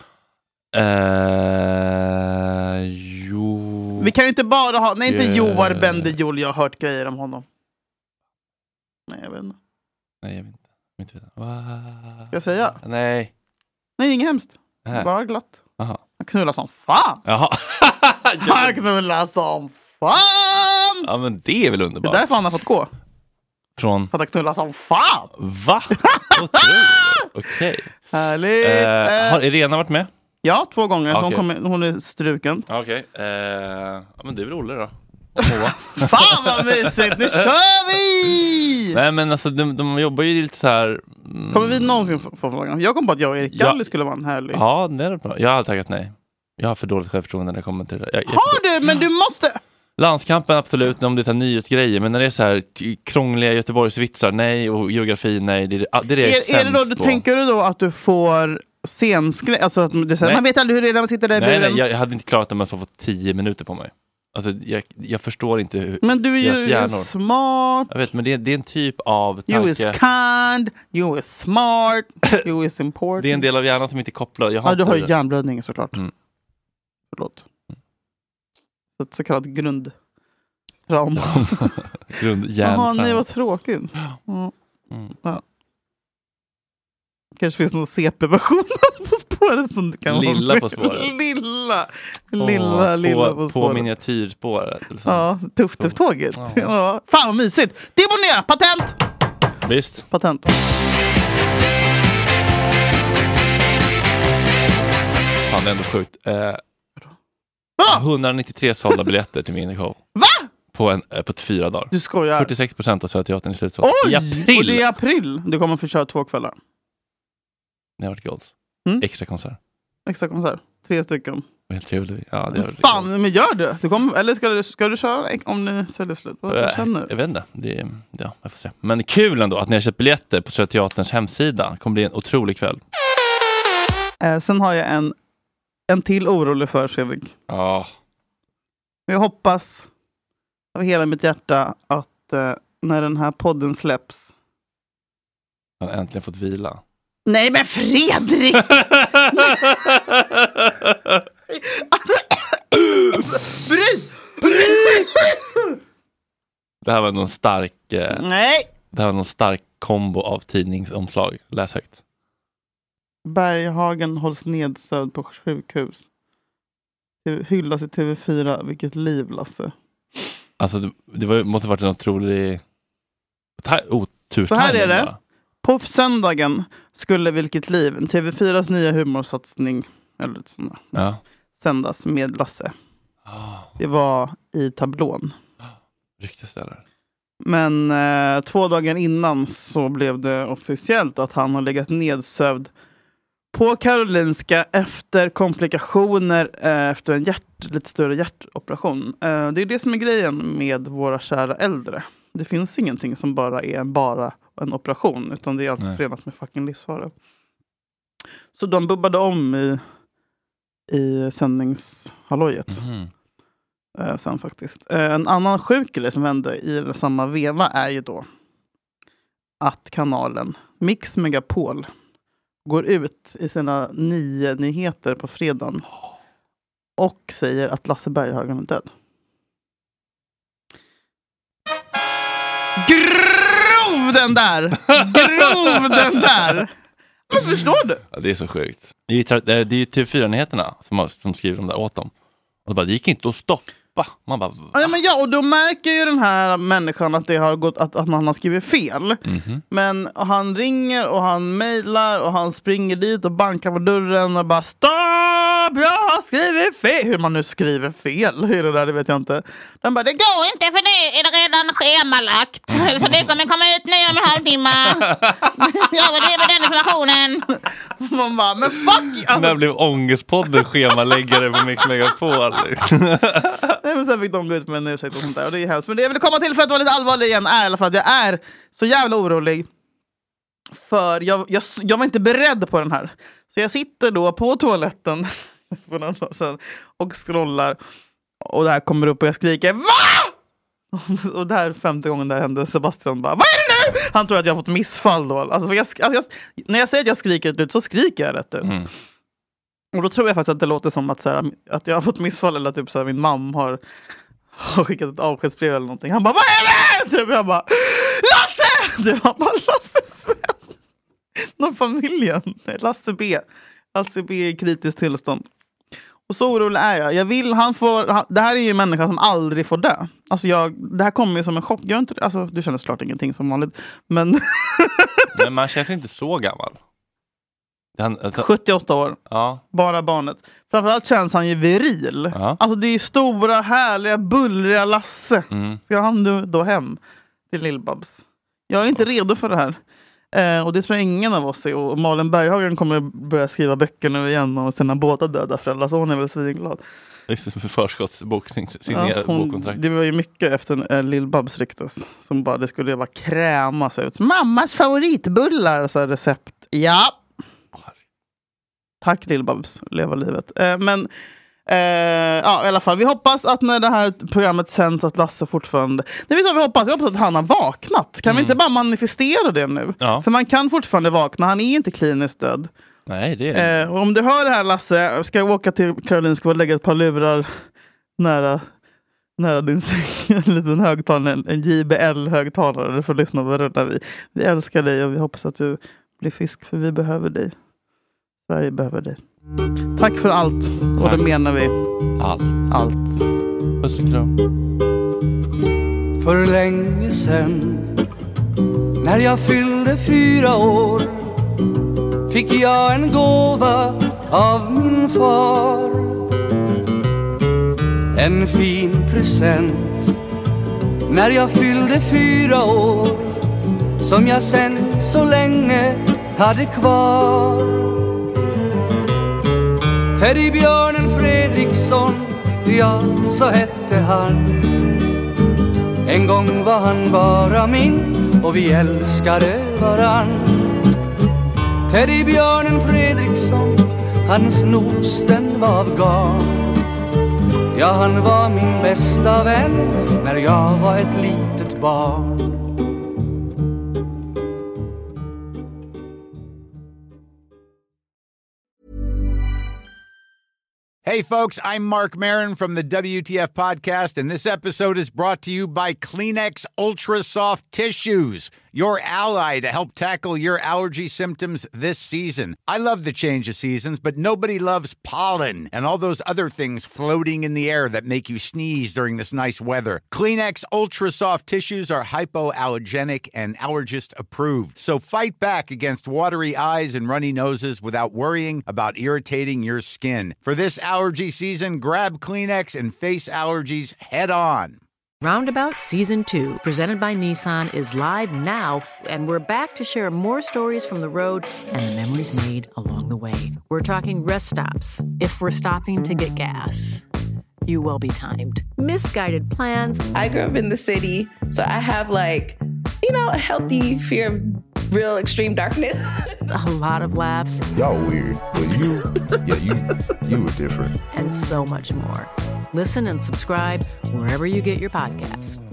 Uh, jo. Vi kan ju inte bara ha... Nej, inte Yeah. Joar Bendejol. Jag har hört grejer om honom. Nej, jag vet inte. Nej, jag vet inte. Jag vet inte. Va? Ska jag säga? Nej. Nej, inget hemskt. Nej. Bara glatt. Aha. Han knullar som fan. Jaha. Han knullar som fan. Ja, men det är väl Det är underbart. därför han har fått gå. Från... För att han knullar som fan. Va? Otroligt. Okej. Härligt. Eh, Eh, har Irena varit med? Ja, två gånger. Så Okej. hon, kommer, hon är struken. Okej. Eh, ja, men det är väl Olle då. Och Moa. Fan vad mysigt. Nu kör vi! Nej, men alltså de, de jobbar ju lite så här... Mm, Kommer vi någonsin få få frågan? Jag kom på att jag och Erik Ja. Galli skulle vara en härlig. Ja, det är bra. Jag har tackat nej. Jag har för dåligt självförtroende när det kommer till det. Jag, jag, Har du? Men du måste... Landskampen absolut, om det är så här nyhetsgrejer, men när det är så här t- krångliga Göteborgsvitsar, nej, och geografi, nej, det är det, det, är det jag är, Är, är det då, sämst du, på. tänker du då att du får scenskräck? Alltså att det är så här, Nej. man vet aldrig hur det är när man sitter där i Nej, buren. nej, jag, jag hade inte klarat det om jag så fått tio minuter på mig. Alltså, jag, jag förstår inte hur Men du är deras ju hjärnor. smart. Jag vet, men det, det är en typ av You is tanke. kind, you is smart, you is important. Det är en del av hjärnan som inte är kopplad. Jag har Ja, du inte har ju det. hjärnblödning såklart. Mm. Förlåt. Så ett så kallat grundtrauma. Grundhjärnfall. Jaha, nej vad tråkigt. Ja. Mm. Ja. Kanske finns någon C P-version På spåret som du kan vara Lilla med. På spåret. Lilla, På- lilla, lilla på, På på spåret. miniatyrspåret. Liksom. Ja, tufft tufft tåget. Ja. Ja. Fan vad mysigt. Deponera, patent! Visst. Patent. Fan, det är ändå sjukt. Eh, etthundranittiotre sålda biljetter till min show. Va? På, en, eh, på fyra dagar. Du skojar. fyrtiosex procent av Södra Teatern i slutsåld. Oj! I april! Och det är i april. Du kommer få köra två kvällar. Det har varit goals. Mm. Extra konsert. Extra konsert. Tre stycken. Helt trevligt. Ja, det har varit Fan, men gör det. Du kommer, eller ska du, ska du köra om ni säljer slut? Vad, vad Äh, känner du? Jag vet inte. Det är, ja, jag får se. Men kul ändå att ni har köpt biljetter på Södra Teaterns hemsida. Det kommer bli en otrolig kväll. Eh, sen har jag en, en till orolig för, Fredrik. Ja. Jag hoppas av hela mitt hjärta att eh, när den här podden släpps. Han har äntligen fått vila. Nej men Fredrik! Bryt! Bryt! Det här var någon stark... Eh, Nej! Det här var någon stark kombo av tidningsomslag. Läs högt. Berghagen hålls nedsövd på sjukhus. Hyllas i T V fyra. Vilket liv, Lasse. Alltså det, det var, måste varit en otrolig ta- otur. Så här är det. På söndagen skulle Vilket liv, en T V fyras nya humorsatsning eller sådana, Ja. sändas med Lasse. Oh. Det var i tablån. Ryktes det där. Men eh, två dagar innan så blev det officiellt att han har legat nedsövd på Karolinska efter komplikationer eh, efter en hjärt, lite större hjärtoperation. Eh, det är det som är grejen med våra kära äldre. Det finns ingenting som bara är en, bara en operation, utan det är alltid Nej. förenat med fucking livsfara. Så de bubbade om i, i sändningshallojet. Mm. Eh, sen faktiskt. Eh, en annan sjuk grej som hände i samma veva är ju då att kanalen Mix Megapol går ut i sina nio nyheter på fredagen och säger att Lasse Berghagen är död. Grov den där! Grov den där! Men förstår du? Ja, det är så sjukt. Det är ju tra- det är ju T V fyra-nyheterna som, har- som skriver om det åt dem. Och bara, det gick inte att stoppa. Man bara, va? Ja, men ja, och då märker ju den här människan att det har gått att, att han har skrivit fel. Mhm. Men han ringer och han mejlar och han springer dit och bankar på dörren och bara stopp! Jag har skrivit fel! Hur man nu skriver fel, hur det där, det vet jag inte. Den bara, det går inte för det är det redan schemalagt. Så det kommer komma ut nu om en halvtimme. Jag vill med den informationen. Man bara, men fuck! Alltså, När blev Ångestpodden schemaläggare på Mix Megapol? nej, men Men sen fick de gå ut med en ursäkt och sånt där. Och det är hemskt. Men det jag vill komma till för att vara lite allvarlig igen är i alla fall att jag är så jävla orolig. För jag, jag, jag var inte beredd på den här. Så jag sitter då på toaletten och scrollar. Och det här kommer upp och jag skriker VA? Och det här femte gången där hände Sebastian bara, vad är det nu? Han tror att jag har fått missfall då. Alltså, för jag, alltså jag, när jag säger att jag skriker ut så skriker jag rätt ut. Mm. Och då tror jag faktiskt att det låter som att, så här, att jag har fått missfall. Eller typ så här, min mamma har, har skickat ett avskedsbrev eller någonting. Han bara, vad är det? Typ, jag bara, Lasse! Det var bara Lasse fem. Någon familjen. Nej, Lasse B. Lasse B i kritiskt tillstånd. Och så orolig är jag. Jag vill, han får, han, det här är ju en människa som aldrig får dö. Alltså jag, det här kommer ju som en chock. Jag inte, alltså, du känner såklart ingenting som vanligt. Men men man känns inte så gammal. Han, alltså, sjuttioåtta år. Ja. Bara barnet. Framförallt känns han ju viril. Ja. Alltså det är stora, härliga, bullriga Lasse. Mm. Ska han då, då hem till Lill-Babs? Jag är inte redo för det här. Eh, och det tror jag ingen av oss är. Och Malin Berghagen kommer börja skriva böcker nu igen om sina båda döda föräldrar. Så hon är väl svinglad. Förskottsbokning, ja, det var ju mycket efter äh, Lill-Babs ryktes. Som bara, det skulle bara krämas ut. Mammas favoritbullar, så här recept. Ja. Tack Lill-Babs, leva livet. Eh, men eh, ja, i alla fall, vi hoppas att när det här programmet sänds att Lasse fortfarande, det vet jag, vi hoppas, jag hoppas att han har vaknat. Kan mm. vi inte bara manifestera det nu? Ja. För man kan fortfarande vakna, han är inte kliniskt död. Nej, det är eh, om du hör det här Lasse, ska jag åka till Karolinska och lägga ett par lurar nära, nära din säng, en liten högtalare, en, en J B L-högtalare för att lyssna på vad rullar vi. Vi älskar dig och vi hoppas att du blir fisk, för vi behöver dig. Sverige behöver dig. Tack för allt. Och det menar vi. Allt. Allt. Puss och kram. För länge sedan, när jag fyllde fyra år, fick jag en gåva av min far. En fin present när jag fyllde fyra år, som jag sen så länge hade kvar. Teddybjörnen Fredriksson, ja, så hette han. En gång var han bara min och vi älskade varann. Teddybjörnen Fredriksson, hans nos den var av garn. Ja, han var min bästa vän när jag var ett litet barn. Hey folks, I'm Mark Maron from the W T F podcast, and this episode is brought to you by Kleenex Ultra Soft Tissues, your ally to help tackle your allergy symptoms this season. I love the change of seasons, but nobody loves pollen and all those other things floating in the air that make you sneeze during this nice weather. Kleenex Ultra Soft Tissues are hypoallergenic and allergist approved, so fight back against watery eyes and runny noses without worrying about irritating your skin. For this allergy season, grab Kleenex and face allergies head on. Roundabout Season two, presented by Nissan, is live now, and we're back to share more stories from the road and the memories made along the way. We're talking rest stops. If we're stopping to get gas, you will be timed. Misguided plans. I grew up in the city, so I have, like, you know, a healthy fear of real extreme darkness. A lot of laughs. Y'all weird, but you, yeah, you, you were different. And so much more. Listen and subscribe wherever you get your podcasts.